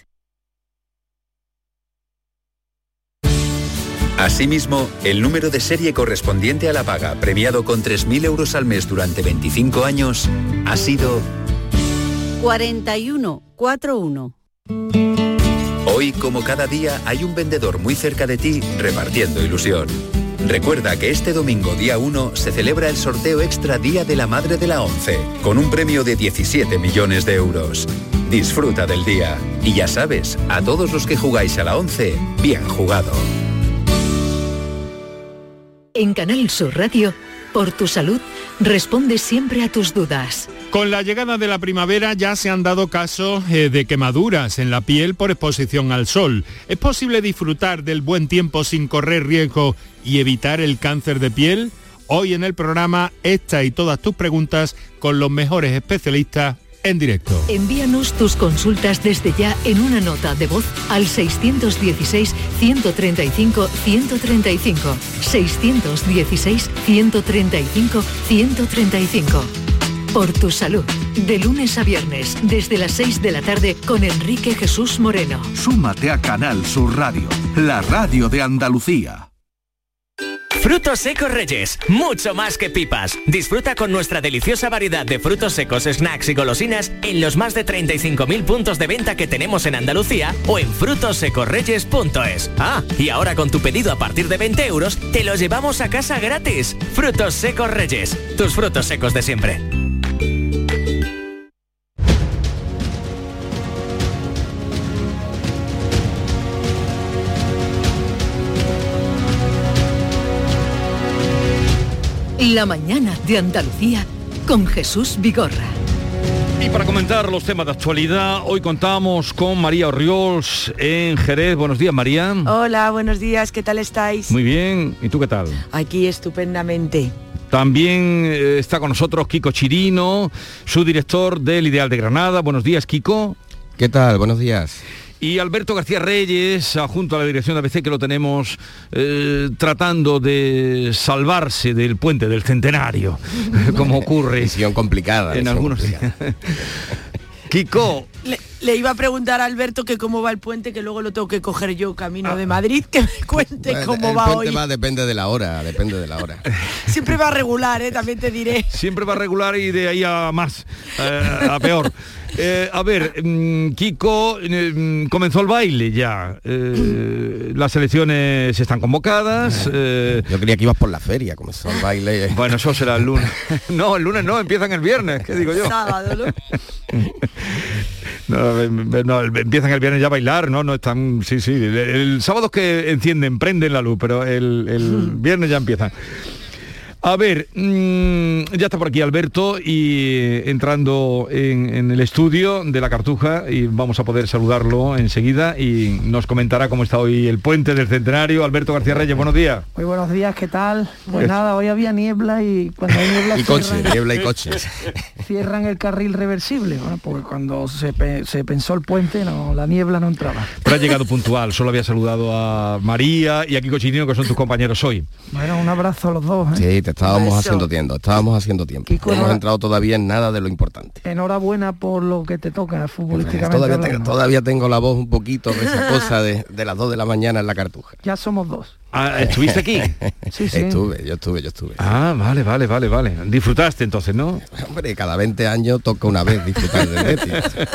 Speaker 20: Asimismo, el número de serie correspondiente a la paga, premiado con tres mil euros al mes durante veinticinco años, ha sido...
Speaker 21: cuarenta y uno cuarenta y uno.
Speaker 20: Hoy, como cada día, hay un vendedor muy cerca de ti repartiendo ilusión. Recuerda que este domingo, día uno, se celebra el sorteo extra Día de la Madre de la ONCE, con un premio de diecisiete millones de euros. Disfruta del día. Y ya sabes, a todos los que jugáis a la ONCE, bien jugado.
Speaker 9: En Canal Sur Radio, por tu salud, responde siempre a tus dudas.
Speaker 22: Con la llegada de la primavera ya se han dado casos eh, de quemaduras en la piel por exposición al sol. ¿Es posible disfrutar del buen tiempo sin correr riesgo y evitar el cáncer de piel? Hoy en el programa, esta y todas tus preguntas con los mejores especialistas en directo.
Speaker 9: Envíanos tus consultas desde ya en una nota de voz al seiscientos dieciséis, ciento treinta y cinco, ciento treinta y cinco. seiscientos dieciséis, ciento treinta y cinco, ciento treinta y cinco. Por tu salud, de lunes a viernes, desde las seis de la tarde, con Enrique Jesús Moreno.
Speaker 14: Súmate a Canal Sur Radio, la radio de Andalucía.
Speaker 23: Frutos secos Reyes, mucho más que pipas. Disfruta con nuestra deliciosa variedad de frutos secos, snacks y golosinas en los más de treinta y cinco mil puntos de venta que tenemos en Andalucía o en frutos secos reyes punto es. Ah, y ahora con tu pedido a partir de veinte euros, te los llevamos a casa gratis. Frutos secos Reyes, tus frutos secos de siempre.
Speaker 9: La mañana de Andalucía con Jesús Vigorra.
Speaker 1: Y para comentar los temas de actualidad, hoy contamos con María Orriols en Jerez. Buenos días, María.
Speaker 24: Hola, buenos días, ¿qué tal estáis?
Speaker 1: Muy bien, ¿y tú qué tal?
Speaker 24: Aquí estupendamente.
Speaker 1: También eh, está con nosotros Kiko Chirino, su director del Ideal de Granada. Buenos días, Kiko.
Speaker 11: ¿Qué tal? Buenos días.
Speaker 1: Y Alberto García Reyes, junto a la dirección de A B C, que lo tenemos eh, tratando de salvarse del puente del Centenario, como ocurre.
Speaker 11: Misión complicada.
Speaker 1: En algunos. Kiko.
Speaker 24: Le, le iba a preguntar a Alberto que cómo va el puente, que luego lo tengo que coger yo camino ah. de Madrid, que me cuente bueno, cómo va hoy.
Speaker 11: El puente va, depende de la hora, depende de la hora.
Speaker 24: Siempre va a regular, ¿eh? También te diré.
Speaker 1: Siempre va a regular y de ahí a más, eh, a peor. Eh, a ver, mmm, Kiko, eh, comenzó el baile ya. Eh, las elecciones están convocadas. Eh,
Speaker 11: Yo creía que ibas por la feria, comenzó el baile.
Speaker 1: Bueno, eso será el lunes. No, el lunes no, empiezan el viernes, ¿qué digo yo?
Speaker 24: Sábado, ¿no?
Speaker 1: No, no, empiezan el viernes ya a bailar, ¿no? No están. Sí, sí. El, el sábado es que encienden, prenden la luz, pero el, el viernes ya empiezan. A ver, mmm, ya está por aquí Alberto y entrando en, en el estudio de la Cartuja y vamos a poder saludarlo enseguida y nos comentará cómo está hoy el puente del Centenario. Alberto García Reyes, buenos días.
Speaker 3: Muy buenos días, ¿qué tal? Pues nada, hoy había niebla y cuando hay niebla
Speaker 11: y
Speaker 3: cierran,
Speaker 11: coches, niebla y coches.
Speaker 3: Cierran el carril reversible, bueno, porque cuando se, pe se pensó el puente, no, la niebla no entraba.
Speaker 1: Pero ha llegado puntual, solo había saludado a María y a Kiko Chirino, que son tus compañeros hoy.
Speaker 3: Bueno, un abrazo a los dos. ¿eh?
Speaker 11: Sí, te estábamos Eso. haciendo tiempo, estábamos haciendo tiempo. Kiko, no hemos entrado todavía en nada de lo importante.
Speaker 3: Enhorabuena por lo que te toca futbolísticamente.
Speaker 11: Todavía, te, todavía tengo la voz un poquito de esa cosa de, de las dos de la mañana en la Cartuja.
Speaker 3: Ya somos dos.
Speaker 1: Ah, ¿estuviste aquí?
Speaker 3: Sí, sí.
Speaker 11: Estuve, yo estuve, yo estuve.
Speaker 1: Ah, vale, vale, vale, vale. Disfrutaste entonces, ¿no?
Speaker 11: Hombre, cada veinte años toca una vez disfrutar del Betis.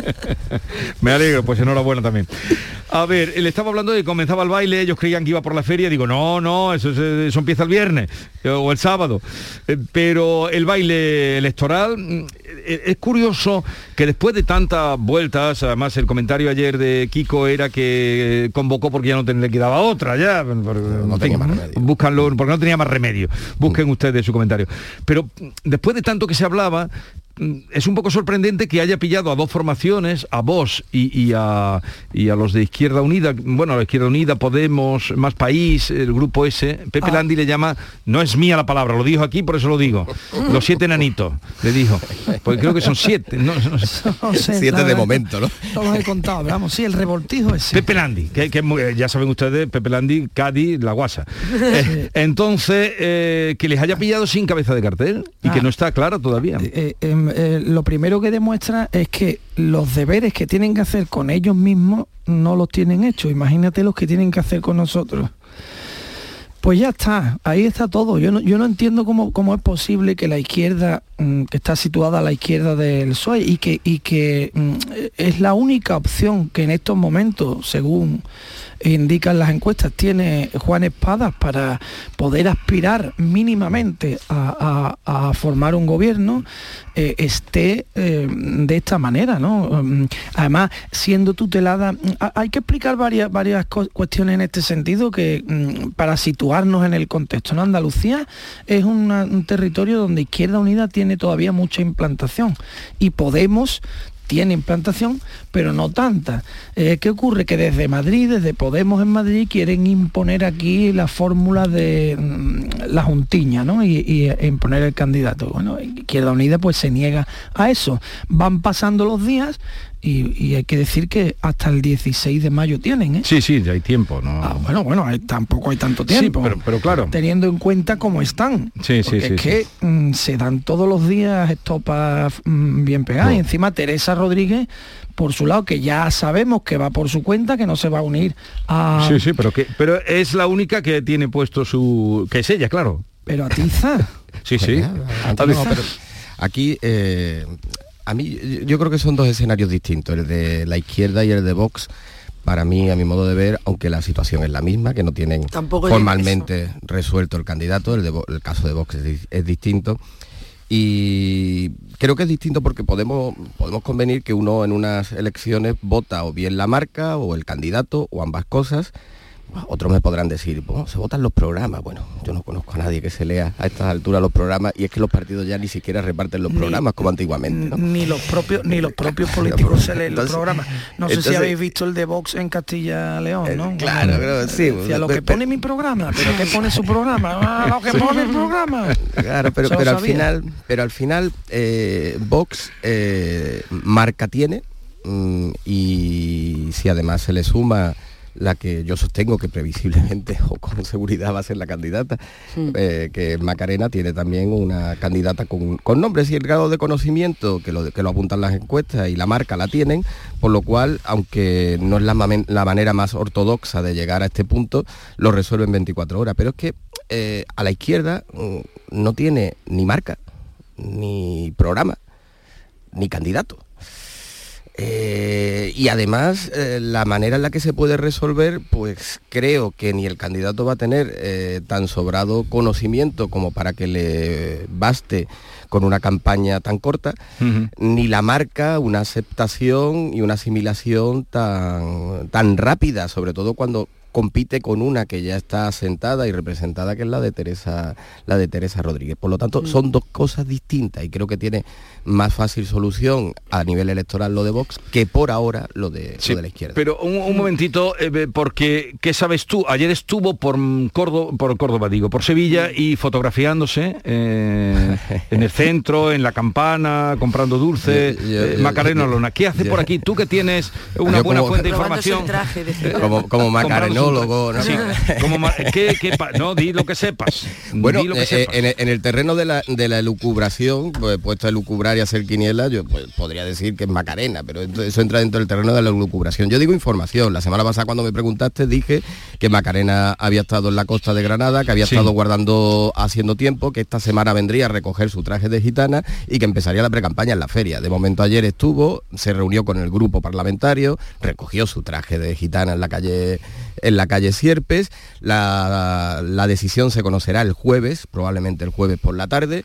Speaker 1: Me alegro, pues enhorabuena también. A ver, le estaba hablando de que comenzaba el baile, ellos creían que iba por la feria, digo, no, no, eso, eso empieza el viernes o el sábado. Pero el baile electoral, es curioso que después de tantas vueltas, además el comentario ayer de Kiko era que convocó porque ya no le quedaba otra, ya.
Speaker 11: No tenía más remedio.
Speaker 1: Búscanlo, porque no tenía más remedio. Busquen mm. ustedes su comentario. Pero después de tanto que se hablaba, es un poco sorprendente que haya pillado a dos formaciones, a Vox y, y, a, y a los de Izquierda Unida, bueno, a la Izquierda Unida, Podemos, Más País, el grupo ese. Pepe ah. Landi le llama, no es mía la palabra, lo dijo aquí, por eso lo digo. Los siete enanitos, le dijo. Porque creo que son siete. No, no,
Speaker 3: no sé,
Speaker 11: siete de momento, ¿no?
Speaker 3: No los he contado, vamos, sí, el revoltijo ese.
Speaker 1: Pepe Landi, que, que ya saben ustedes, Pepe Landi, Cádiz, La Guasa. eh, entonces, eh, que les haya pillado sin cabeza de cartel y ah. que no está claro todavía.
Speaker 3: Eh, eh, Eh, lo primero que demuestra es que los deberes que tienen que hacer con ellos mismos no los tienen hechos. Imagínate los que tienen que hacer con nosotros. Pues ya está, ahí está todo. Yo no, yo no entiendo cómo, cómo es posible que la izquierda, mmm, que está situada a la izquierda del P S O E y que, y que mmm, es la única opción que en estos momentos, según indican las encuestas, tiene Juan Espadas para poder aspirar mínimamente a, a, a formar un gobierno, eh, esté eh, de esta manera, ¿no? Además, siendo tutelada, hay que explicar varias, varias cuestiones en este sentido que para situarnos en el contexto, ¿no? Andalucía es una, un territorio donde Izquierda Unida tiene todavía mucha implantación y Podemos tiene implantación, pero no tanta. Eh, ¿Qué ocurre? Que desde Madrid, desde Podemos en Madrid, quieren imponer aquí la fórmula de mmm, la juntiña, ¿no? Y, y e imponer el candidato. Bueno, Izquierda Unida pues se niega a eso. Van pasando los días y, y hay que decir que hasta el dieciséis de mayo tienen, ¿eh?
Speaker 1: Sí, sí, ya hay tiempo, ¿no?
Speaker 3: Ah, bueno, bueno, hay, tampoco hay tanto tiempo.
Speaker 1: Sí, pero, pero claro.
Speaker 3: Teniendo en cuenta cómo están.
Speaker 1: Sí, sí, sí.
Speaker 3: Es que
Speaker 1: sí.
Speaker 3: Mmm, se dan todos los días estopas mmm, bien pegadas. No. Y encima Teresa Rodríguez, por su lado, que ya sabemos que va por su cuenta, que no se va a unir a...
Speaker 1: Sí, sí, pero que pero es la única que tiene puesto su... que es ella, claro.
Speaker 3: Pero atiza.
Speaker 1: Sí, sí.
Speaker 11: No, pero aquí... Eh... A mí, yo creo que son dos escenarios distintos, el de la izquierda y el de Vox. Para mí, a mi modo de ver, aunque la situación es la misma, que no tienen Tampoco formalmente resuelto el candidato, el, de, el caso de Vox es, es distinto. Y creo que es distinto porque podemos, podemos convenir que uno en unas elecciones vota o bien la marca o el candidato o ambas cosas. Otros me podrán decir, bueno, se votan los programas. Bueno, yo no conozco a nadie que se lea a estas alturas los programas y es que los partidos ya ni siquiera reparten los ni, programas como antiguamente, ¿no?
Speaker 3: Ni los propios ni los propios políticos se leen entonces, los programas. No sé entonces, si habéis visto el de Vox en Castilla-León, ¿no?
Speaker 11: Eh, claro, creo, sí.
Speaker 3: Decía, lo que pone mi programa, pero ¿qué pone su programa? Ah, lo que pone el programa.
Speaker 11: Claro, pero, pero al final, pero al final eh, Vox eh, marca tiene mm, y si además se le suma la que yo sostengo que previsiblemente o con seguridad va a ser la candidata, sí. eh, que Macarena tiene también una candidata con, con nombres y el grado de conocimiento que lo, que lo apuntan las encuestas y la marca la tienen, por lo cual, aunque no es la, la manera más ortodoxa de llegar a este punto, lo resuelve en veinticuatro horas. Pero es que eh, a la izquierda mm, no tiene ni marca, ni programa, ni candidato. Eh, y además eh, la manera en la que se puede resolver, pues creo que ni el candidato va a tener eh, tan sobrado conocimiento como para que le baste con una campaña tan corta, uh-huh. ni la marca una aceptación y una asimilación tan, tan rápida, sobre todo cuando compite con una que ya está sentada y representada, que es la de Teresa, la de Teresa Rodríguez. Por lo tanto, son dos cosas distintas y creo que tiene más fácil solución a nivel electoral lo de Vox que por ahora lo de,
Speaker 1: sí,
Speaker 11: lo de la izquierda.
Speaker 1: Pero un, un momentito, eh, porque ¿qué sabes tú? Ayer estuvo por Córdoba, por Córdoba digo, por Sevilla y fotografiándose eh, en el centro, en la Campana, comprando dulces, yo, yo, eh, yo, Macarena Olona. ¿Qué hace yo, por aquí? Tú que tienes una yo buena como, fuente de información.
Speaker 11: De como, como macarenólogo, ¿no?
Speaker 1: Sí, como ma ¿qué, qué no, di lo que sepas.
Speaker 11: Bueno,
Speaker 1: lo que
Speaker 11: eh,
Speaker 1: sepas.
Speaker 11: En, en el terreno de la, de la elucubración, pues, puesto a elucubrar y hacer quiniela, yo pues, podría decir que es Macarena, pero eso entra dentro del terreno de la elucubración. Yo digo información. La semana pasada cuando me preguntaste dije que Macarena había estado en la costa de Granada, que había sí. estado guardando haciendo tiempo, que esta semana vendría a recoger su traje de gitana y que empezaría la precampaña en la feria. De momento ayer estuvo, se reunió con el grupo parlamentario, recogió su traje de gitana en la calle en la calle Sierpes. La, la decisión se conocerá el jueves, probablemente el jueves por la tarde,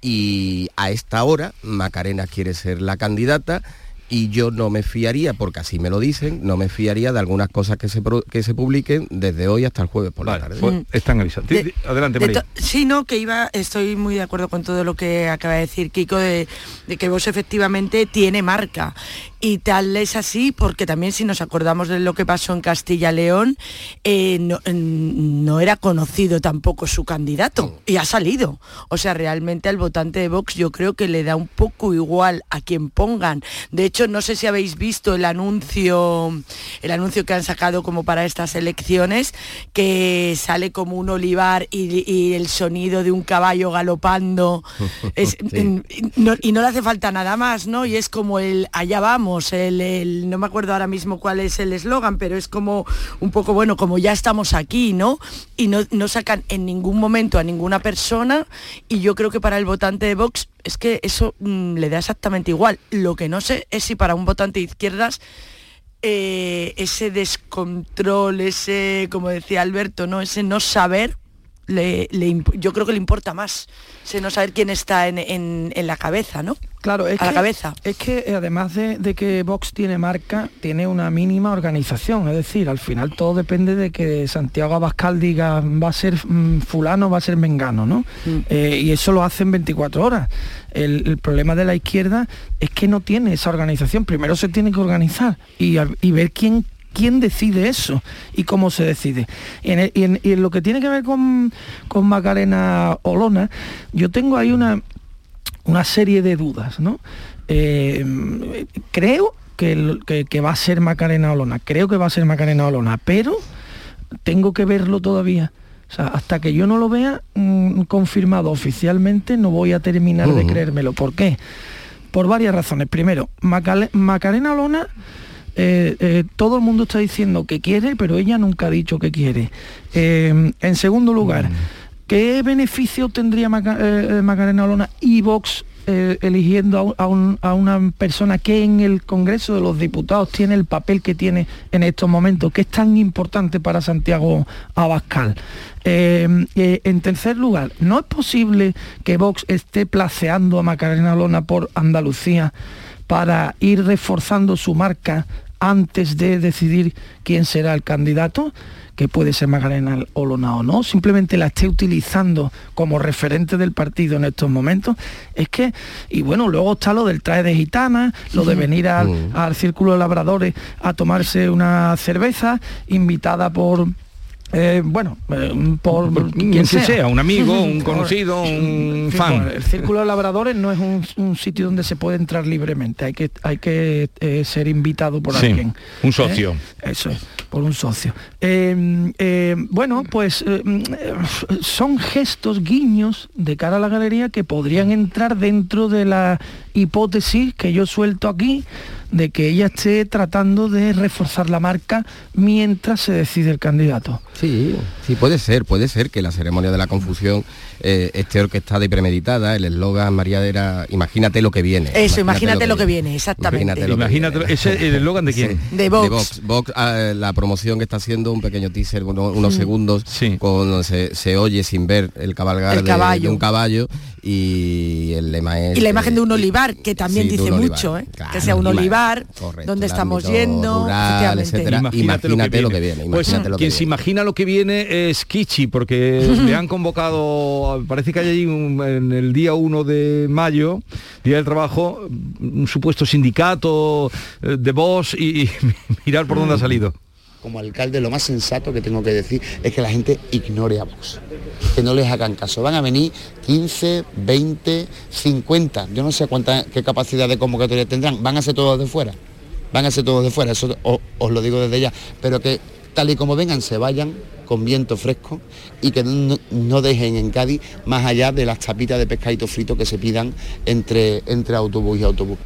Speaker 11: y a esta hora Macarena quiere ser la candidata. Y yo no me fiaría, porque así me lo dicen, no me fiaría de algunas cosas que se que se publiquen desde hoy hasta el jueves por vale, la tarde.
Speaker 1: Pues están avisados. De, Adelante, María.
Speaker 24: Sí, no, que iba, estoy muy de acuerdo con todo lo que acaba de decir Kiko, de, de que Vox efectivamente tiene marca. Y tal es así porque también si nos acordamos de lo que pasó en Castilla-León, eh, no, no era conocido tampoco su candidato y ha salido. O sea, realmente al votante de Vox yo creo que le da un poco igual a quien pongan. De hecho, no sé si habéis visto el anuncio, el anuncio que han sacado como para estas elecciones, que sale como un olivar y, y el sonido de un caballo galopando. Es, sí. no, y no le hace falta nada más, ¿no? Y es como el allá vamos. El, el, no me acuerdo ahora mismo cuál es el eslogan, pero es como un poco, bueno, como ya estamos aquí, ¿no? Y no, no sacan en ningún momento a ninguna persona, y yo creo que para el votante de Vox es que eso mmm, le da exactamente igual. Lo que no sé es si para un votante de izquierdas eh, ese descontrol, ese, como decía Alberto, ¿no? Ese no saber, le, le, yo creo que le importa más, ese no saber quién está en, en, en la cabeza, ¿no?
Speaker 3: Claro, es
Speaker 24: a
Speaker 3: que,
Speaker 24: la cabeza.
Speaker 3: Es que además de, de que Vox tiene marca, tiene una mínima organización, es decir, al final todo depende de que Santiago Abascal diga va a ser mmm, fulano, va a ser mengano, ¿no? Mm. Eh, y eso lo hace en veinticuatro horas. El, el problema de la izquierda es que no tiene esa organización. Primero se tiene que organizar y, y ver quién quién decide eso y cómo se decide. Y en, el, y en, y en lo que tiene que ver con, con Macarena Olona, yo tengo ahí una una serie de dudas, ¿no? Eh, creo que, que, que va a ser Macarena Olona, creo que va a ser Macarena Olona, pero tengo que verlo todavía. O sea, hasta que yo no lo vea mmm, confirmado oficialmente, no voy a terminar uh-huh. de creérmelo. ¿Por qué? Por varias razones. Primero, Maca- Macarena Olona, eh, eh, todo el mundo está diciendo que quiere, pero ella nunca ha dicho que quiere. Eh, en segundo lugar, uh-huh. ¿qué beneficio tendría Maca eh, Macarena Olona y Vox eh, eligiendo a, un, a una persona que en el Congreso de los Diputados tiene el papel que tiene en estos momentos, que es tan importante para Santiago Abascal? Eh, eh, en tercer lugar, ¿no es posible que Vox esté placeando a Macarena Olona por Andalucía para ir reforzando su marca antes de decidir quién será el candidato? Que puede ser Macarena Olona o no, simplemente la esté utilizando como referente del partido en estos momentos. Es que, y bueno, luego está lo del traje de gitana, lo de venir al, al Círculo de Labradores a tomarse una cerveza, invitada por... Eh, bueno, eh, por, por quien sea.
Speaker 1: sea, un amigo, un conocido, un fan.
Speaker 3: El Círculo de Labradores no es un, un sitio donde se puede entrar libremente, hay que, hay que eh, ser invitado por
Speaker 1: sí,
Speaker 3: alguien.
Speaker 1: Un socio.
Speaker 3: ¿Eh? Eso es, por un socio. Eh, eh, bueno, pues eh, son gestos, guiños de cara a la galería que podrían entrar dentro de la hipótesis que yo suelto aquí, de que ella esté tratando de reforzar la marca mientras se decide el candidato.
Speaker 11: Sí, sí, puede ser, puede ser que la ceremonia de la confusión eh, esté orquestada y premeditada. El eslogan, María, era imagínate lo que viene.
Speaker 24: Eso, imagínate, imagínate lo, que, lo que viene, exactamente.
Speaker 11: Imagínate,
Speaker 1: imagínate
Speaker 11: viene.
Speaker 1: ¿Ese el eslogan de quién?
Speaker 24: Sí. De Vox.
Speaker 11: De Vox. Vox eh, la promoción que está haciendo, un pequeño teaser, uno, unos mm. segundos,
Speaker 1: sí.
Speaker 11: con, se, se oye sin ver el cabalgar
Speaker 24: el
Speaker 11: de, de un caballo, y el lema es...
Speaker 24: Y la imagen de un olivar, que también
Speaker 11: sí,
Speaker 24: dice mucho, ¿eh? Claro, que sea un olivar,
Speaker 11: correcto,
Speaker 24: donde estamos
Speaker 11: ámbito
Speaker 24: yendo,
Speaker 11: rural, etcétera. Imagínate, imagínate lo que viene. Lo que
Speaker 1: Pues
Speaker 11: imagínate lo que
Speaker 1: quien
Speaker 11: viene.
Speaker 1: se imagina lo que viene es Kichi, porque le han convocado, parece que hay ahí un, en el día uno de mayo, Día del Trabajo, un supuesto sindicato eh, de Vox y, y mirar por dónde ha salido.
Speaker 4: Como alcalde, lo más sensato que tengo que decir es que la gente ignore a Vox, que no les hagan caso. Van a venir quince, veinte, cincuenta, yo no sé cuánta, qué capacidad de convocatoria tendrán, van a ser todos de fuera, van a ser todos de fuera, eso os, os lo digo desde ya, pero que tal y como vengan se vayan con viento fresco y que no, no dejen en Cádiz más allá de las chapitas de pescadito frito que se pidan entre, entre autobús y autobús.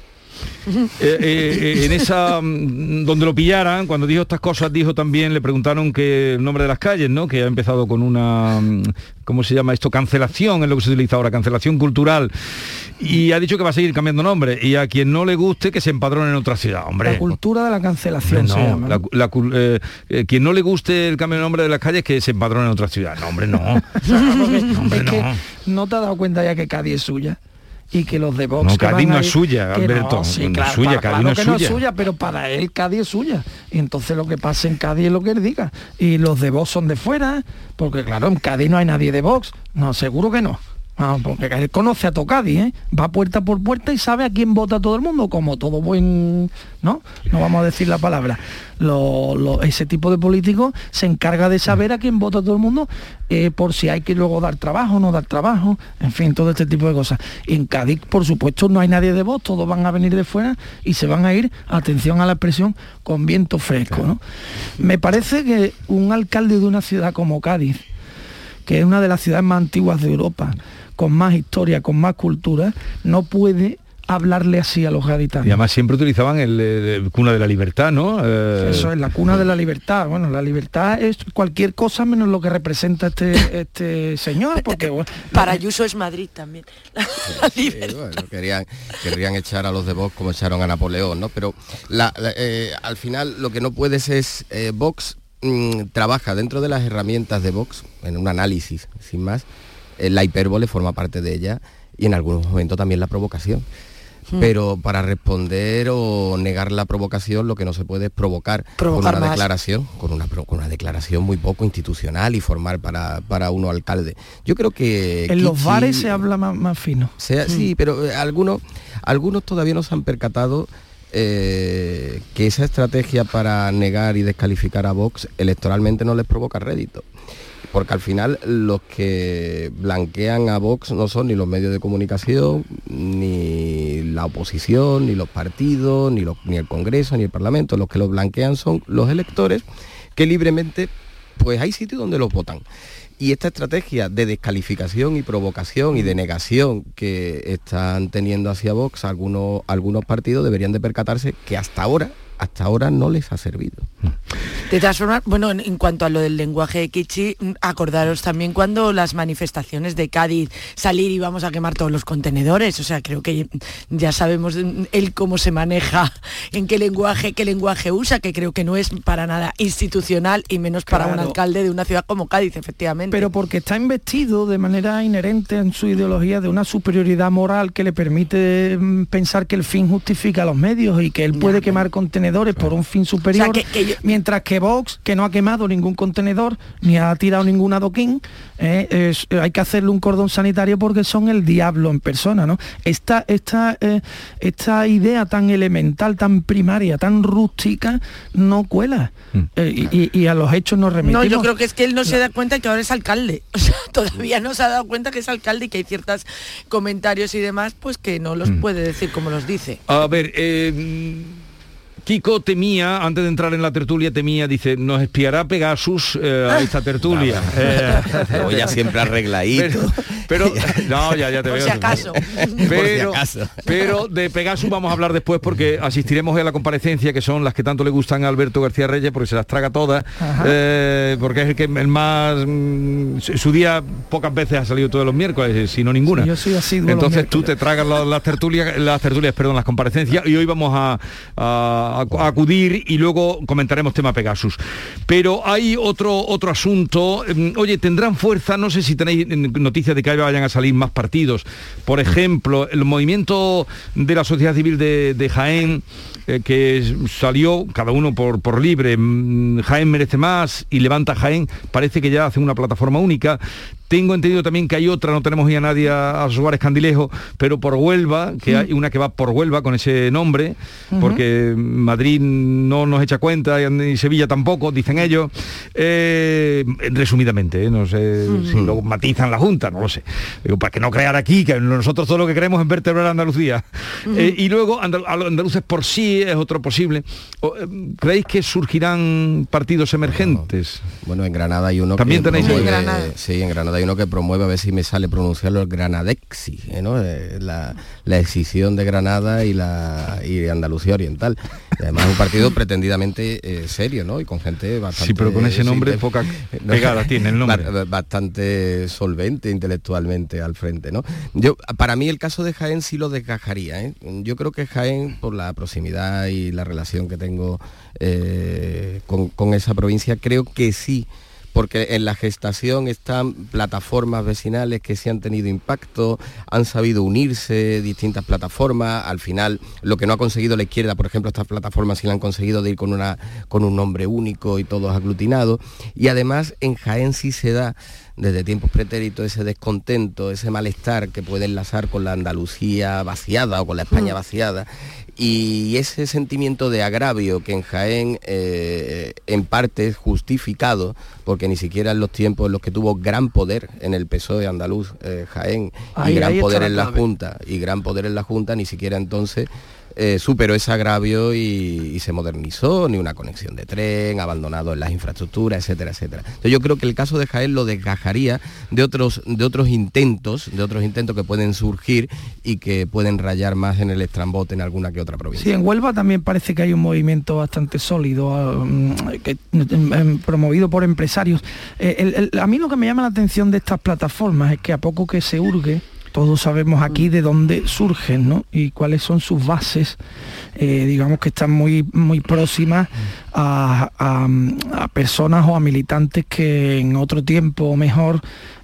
Speaker 1: Eh, eh, en esa donde lo pillaran, cuando dijo estas cosas, dijo también, le preguntaron que el nombre de las calles, ¿no? Que ha empezado con una, ¿cómo se llama esto? Cancelación, es lo que se utiliza ahora, cancelación cultural. Y ha dicho que va a seguir cambiando nombre. Y a quien no le guste, que se empadrone en otra ciudad, hombre.
Speaker 3: La cultura de la cancelación.
Speaker 1: No,
Speaker 3: se llama.
Speaker 1: La, la, eh, eh, quien no le guste el cambio de nombre de las calles, que se empadrone en otra ciudad. No, hombre, no. no, hombre,
Speaker 3: es
Speaker 1: no.
Speaker 3: que no te has dado cuenta ya que Cádiz es suya. Y que los de Vox...
Speaker 1: No,
Speaker 3: que
Speaker 1: Cádiz no
Speaker 3: a
Speaker 1: es
Speaker 3: ir,
Speaker 1: suya, Alberto.
Speaker 3: No, sí,
Speaker 1: no
Speaker 3: claro,
Speaker 1: es suya,
Speaker 3: para,
Speaker 1: Cádiz
Speaker 3: claro
Speaker 1: no es
Speaker 3: que
Speaker 1: suya.
Speaker 3: no es suya, pero para él Cádiz es suya. Y entonces lo que pasa en Cádiz es lo que él diga. Y los de Vox son de fuera, porque claro, en Cádiz no hay nadie de Vox. No, seguro que no. No, porque él conoce a todo Cádiz, ¿eh? Va puerta por puerta y sabe a quién vota todo el mundo, como todo buen... ¿no? No vamos a decir la palabra. Lo, lo, ese tipo de político se encarga de saber a quién vota todo el mundo, eh, por si hay que luego dar trabajo, no dar trabajo, en fin, todo este tipo de cosas. Y en Cádiz, por supuesto, no hay nadie de Vox, todos van a venir de fuera y se van a ir, atención a la expresión, con viento fresco, ¿no? Me parece que un alcalde de una ciudad como Cádiz, que es una de las ciudades más antiguas de Europa, con más historia, con más cultura, no puede hablarle así a los gaditanos.
Speaker 1: Y además siempre utilizaban el, el cuna de la libertad, ¿no? Eh...
Speaker 3: Eso es, la cuna de la libertad. Bueno, la libertad es cualquier cosa menos lo que representa este, este señor, porque... Bueno,
Speaker 24: para Ayuso es Madrid también. La, la
Speaker 11: sí, bueno, querían, querrían echar a los de Vox como echaron a Napoleón, ¿no? Pero la, la, eh, al final lo que no puedes es... Eh, Vox mmm, trabaja dentro de las herramientas de Vox, en un análisis, sin más. La hipérbole forma parte de ella y en algunos momentos también la provocación. Hmm. Pero para responder o negar la provocación lo que no se puede es provocar, provocar con una más. declaración, con una, con una declaración muy poco institucional y formal para, para uno alcalde. Yo creo que...
Speaker 3: En Kichi, los bares se habla más, más fino.
Speaker 11: Sea, hmm. Sí, pero eh, algunos, algunos todavía no se han percatado eh, que esa estrategia para negar y descalificar a Vox electoralmente no les provoca rédito. Porque al final los que blanquean a Vox no son ni los medios de comunicación, ni la oposición, ni los partidos, ni, los, ni el Congreso, ni el Parlamento. Los que los blanquean son los electores que libremente, pues hay sitios donde los votan. Y esta estrategia de descalificación y provocación y de negación que están teniendo hacia Vox algunos, algunos partidos deberían de percatarse que hasta ahora hasta ahora no les ha servido.
Speaker 24: De todas formas, bueno, en, en cuanto a lo del lenguaje de Kichi, acordaros también cuando las manifestaciones de Cádiz, salir y vamos a quemar todos los contenedores, o sea, creo que ya sabemos él cómo se maneja, en qué lenguaje, qué lenguaje usa, que creo que no es para nada institucional y menos para claro. un alcalde de una ciudad como Cádiz, efectivamente.
Speaker 3: Pero porque está investido de manera inherente en su ideología de una superioridad moral que le permite pensar que el fin justifica los medios y que él puede ya, quemar contenedores por un fin superior, o sea, que, que yo... mientras que Vox, que no ha quemado ningún contenedor ni ha tirado ningún adoquín, eh, es, hay que hacerle un cordón sanitario porque son el diablo en persona, ¿no? Esta, esta, eh, esta idea tan elemental, tan primaria, tan rústica, no cuela. Mm. Eh, y, y a los hechos nos remitimos.
Speaker 24: No, yo creo que es que él no se da cuenta que ahora es alcalde. O sea, todavía no se ha dado cuenta que es alcalde y que hay ciertos comentarios y demás, pues que no los mm. puede decir como los dice.
Speaker 1: A ver, eh... Kiko temía, antes de entrar en la tertulia, temía, dice, nos espiará Pegasus eh, a esta tertulia.
Speaker 11: No, eh, Luego ya siempre arregladito.
Speaker 1: Pero, pero no, ya, ya te
Speaker 24: Por
Speaker 1: veo.
Speaker 24: Si acaso.
Speaker 1: Pero,
Speaker 11: Por si acaso.
Speaker 1: pero de Pegasus vamos a hablar después porque asistiremos a la comparecencia, que son las que tanto le gustan a Alberto García Reyes, porque se las traga todas, eh, porque es el que el más... Mm, su día pocas veces ha salido todos los miércoles, si no ninguna.
Speaker 3: Sí, yo soy así.
Speaker 1: Entonces tú te tragas las, las tertulias, las tertulias, perdón, las comparecencias, y hoy vamos a, a A, a acudir y luego comentaremos tema Pegasus. Pero hay otro otro asunto. Oye, tendrán fuerza, no sé si tenéis noticias de que que vayan a salir más partidos. Por ejemplo, el movimiento de la sociedad civil de, de Jaén, eh, que salió cada uno por, por libre, Jaén merece más y Levanta Jaén, parece que ya hacen una plataforma única. Tengo entendido también que hay otra, no tenemos ya nadie a, a Suárez Candilejo, pero por Huelva, que hay una que va por Huelva con ese nombre, uh-huh. porque Madrid no nos echa cuenta y Sevilla tampoco, dicen ellos. Eh, resumidamente, ¿eh? no sé uh-huh. si lo matizan la Junta, no lo sé. Digo, para que no crear aquí, que nosotros todo lo que queremos es vertebrar a Andalucía. Uh-huh. Eh, y luego, andal- a los andaluces por sí es otro posible. ¿Creéis que surgirán partidos emergentes?
Speaker 11: Bueno, bueno en Granada hay uno
Speaker 1: ¿También
Speaker 11: que...
Speaker 1: tenéis
Speaker 11: promueve,
Speaker 1: en Granada?
Speaker 11: Sí, en Granada hay uno que promueve, a ver si me sale pronunciarlo, el Granadexi, ¿eh? ¿no? Eh, la, la escisión de Granada y la y Andalucía Oriental. Y además es un partido pretendidamente eh, serio, ¿no? Y con gente bastante...
Speaker 1: Sí, pero con ese nombre sí, poca pegada tiene el nombre.
Speaker 11: Bastante solvente intelectualmente al frente, ¿no? Yo, para mí el caso de Jaén sí lo desgajaría, ¿eh? Yo creo que Jaén, por la proximidad y la relación que tengo eh, con, con esa provincia, creo que sí, porque en la gestación están plataformas vecinales que sí han tenido impacto, han sabido unirse distintas plataformas. Al final, lo que no ha conseguido la izquierda, por ejemplo, estas plataformas sí la han conseguido de ir con, una, con un nombre único y todos aglutinados. Y además en Jaén sí se da desde tiempos pretéritos ese descontento, ese malestar que puede enlazar con la Andalucía vaciada o con la España vaciada, y ese sentimiento de agravio que en Jaén eh, en parte es justificado, porque ni siquiera en los tiempos en los que tuvo gran poder en el P S O E andaluz eh, Jaén, ahí, y gran poder en la Junta, y gran poder en la Junta, ni siquiera entonces Eh, superó ese agravio y, y se modernizó, ni una conexión de tren, abandonado en las infraestructuras, etcétera, etcétera. Entonces yo creo que el caso de Jaén lo desgajaría de otros, de otros intentos, de otros intentos que pueden surgir y que pueden rayar más en el estrambote en alguna que otra provincia.
Speaker 3: Sí, en Huelva también parece que hay un movimiento bastante sólido, um, que, um, promovido por empresarios. Eh, el, el, a mí lo que me llama la atención de estas plataformas es que a poco que se hurgue, todos sabemos aquí de dónde surgen, ¿no? Y cuáles son sus bases, eh, digamos que están muy, muy próximas a, a, a personas o a militantes que en otro tiempo mejor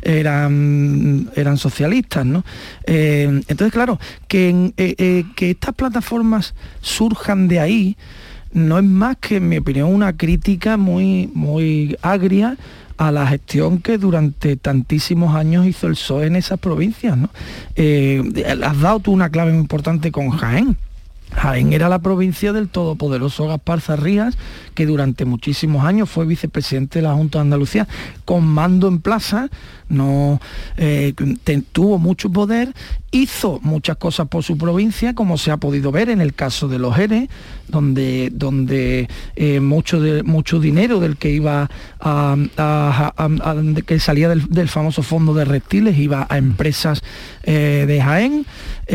Speaker 3: eran, eran socialistas, ¿no? Eh, entonces, claro, que, en, eh, eh, que estas plataformas surjan de ahí no es más que, en mi opinión, una crítica muy, muy agria a la gestión que durante tantísimos años hizo el P S O E en esas provincias, ¿no? Eh, has dado tú una clave muy importante con Jaén. Jaén era la provincia del todopoderoso Gaspar Zarrías, que durante muchísimos años fue vicepresidente de la Junta de Andalucía, con mando en plaza, no eh, te, tuvo mucho poder, hizo muchas cosas por su provincia, como se ha podido ver en el caso de los ERE, donde, donde eh, mucho, de, mucho dinero del que iba a, a, a, a, a que salía del, del famoso fondo de reptiles iba a empresas eh, de Jaén.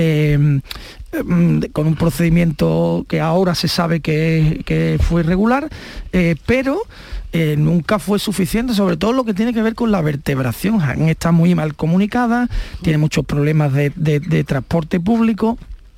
Speaker 3: Eh, con un procedimiento que ahora se sabe que, que fue irregular, eh, pero eh, nunca fue suficiente, sobre todo lo que tiene que ver con la vertebración. Jaén está muy mal comunicada, tiene muchos problemas de, de, de transporte público,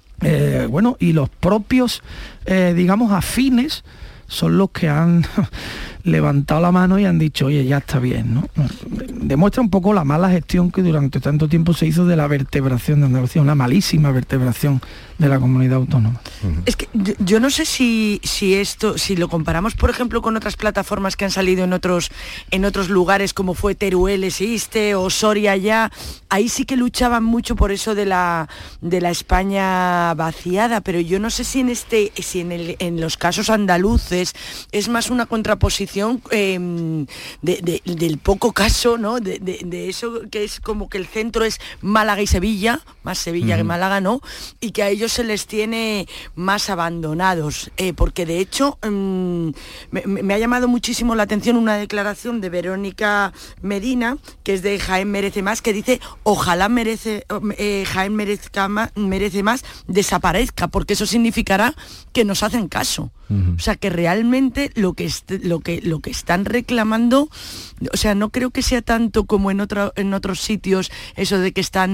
Speaker 3: eh, bueno, y los propios, eh, digamos, afines son los que han levantado la mano y han dicho, oye, ya está bien, ¿no? Demuestra un poco la mala gestión que durante tanto tiempo se hizo de la vertebración de Andalucía, una malísima vertebración de la comunidad autónoma.
Speaker 24: Es que yo, yo no sé si, si esto, si lo comparamos, por ejemplo, con otras plataformas que han salido en otros, en otros lugares, como fue Teruel existe o Soria ya, ahí sí que luchaban mucho por eso de la, de la España vaciada, pero yo no sé si en este, si en, el, en los casos andaluces es más una contraposición eh, de, de, del poco caso, ¿no? De, de, de eso que es como que el centro es Málaga y Sevilla, más Sevilla uh-huh. que Málaga, ¿no? Y que a ellos se les tiene más abandonados, eh, porque de hecho mmm, me, me ha llamado muchísimo la atención una declaración de Verónica Medina, que es de Jaén Merece Más, que dice, ojalá merece, eh, Jaén merezca más, merece más, desaparezca, porque eso significará que nos hacen caso. Uh-huh. O sea, que realmente lo que, est- lo, que, lo que están reclamando, o sea, no creo que sea tanto como en, otro, en otros sitios, eso de que están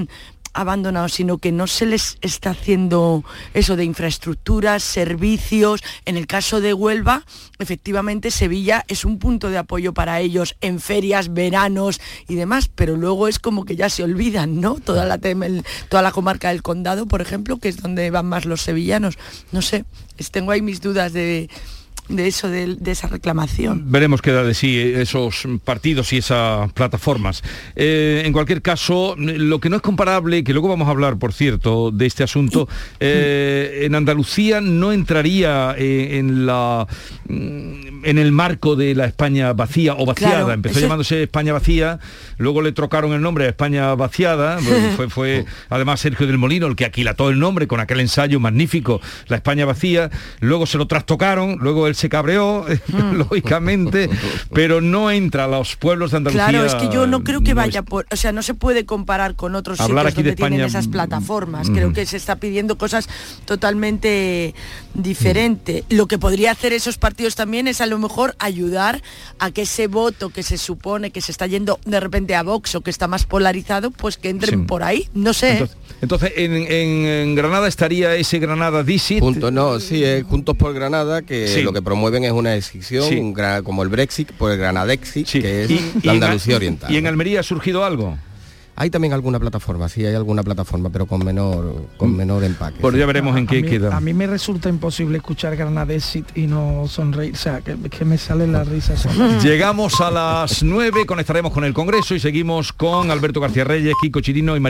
Speaker 24: abandonados, sino que no se les está haciendo eso de infraestructuras, servicios. En el caso de Huelva, efectivamente Sevilla es un punto de apoyo para ellos en ferias, veranos y demás, pero luego es como que ya se olvidan, ¿no? Toda la, toda la comarca del Condado, por ejemplo, que es donde van más los sevillanos. No sé, tengo ahí mis dudas de... de eso, de, de esa reclamación.
Speaker 1: Veremos qué da de sí esos partidos y esas plataformas. Eh, en cualquier caso, lo que no es comparable, que luego vamos a hablar, por cierto, de este asunto, eh, en Andalucía no entraría eh, en la en el marco de la España vacía o vaciada. Claro, empezó eso... llamándose España vacía, luego le trocaron el nombre a España vaciada. fue, fue además Sergio del Molino el que aquilató el nombre con aquel ensayo magnífico, La España vacía. Luego se lo trastocaron, luego él se cabreó, mm. lógicamente, pero no entra a los pueblos de Andalucía.
Speaker 24: Claro, es que yo no creo que no vaya es... por... O sea, no se puede comparar con otros
Speaker 1: Hablar
Speaker 24: sitios donde
Speaker 1: España...
Speaker 24: tienen esas plataformas. Mm. Creo que se está pidiendo cosas totalmente diferentes. Mm. Lo que podría hacer esos partidos también es a lo mejor ayudar a que ese voto que se supone que se está yendo de repente a Vox o que está más polarizado, pues que entren sí. por ahí. No sé.
Speaker 1: Entonces, entonces en, en, en Granada estaría ese Granada Dixit.
Speaker 11: Juntos, no, sí, eh, Juntos por Granada, que sí. lo que promueven es una escisión, sí. un gra, como el Brexit, por el Granadexit, sí. que es y, la Andalucía
Speaker 1: y
Speaker 11: oriental.
Speaker 1: ¿Y en Almería ha surgido algo?
Speaker 11: Hay también alguna plataforma, sí, hay alguna plataforma, pero con menor con menor empaque.
Speaker 1: Pues ya veremos en
Speaker 3: a
Speaker 1: qué
Speaker 3: mí,
Speaker 1: queda.
Speaker 3: A mí me resulta imposible escuchar Granadexit y no sonreír, o sea, que, que me salen las risas.
Speaker 1: Llegamos a las nueve, conectaremos con el Congreso y seguimos con Alberto García Reyes, Kiko Chirino y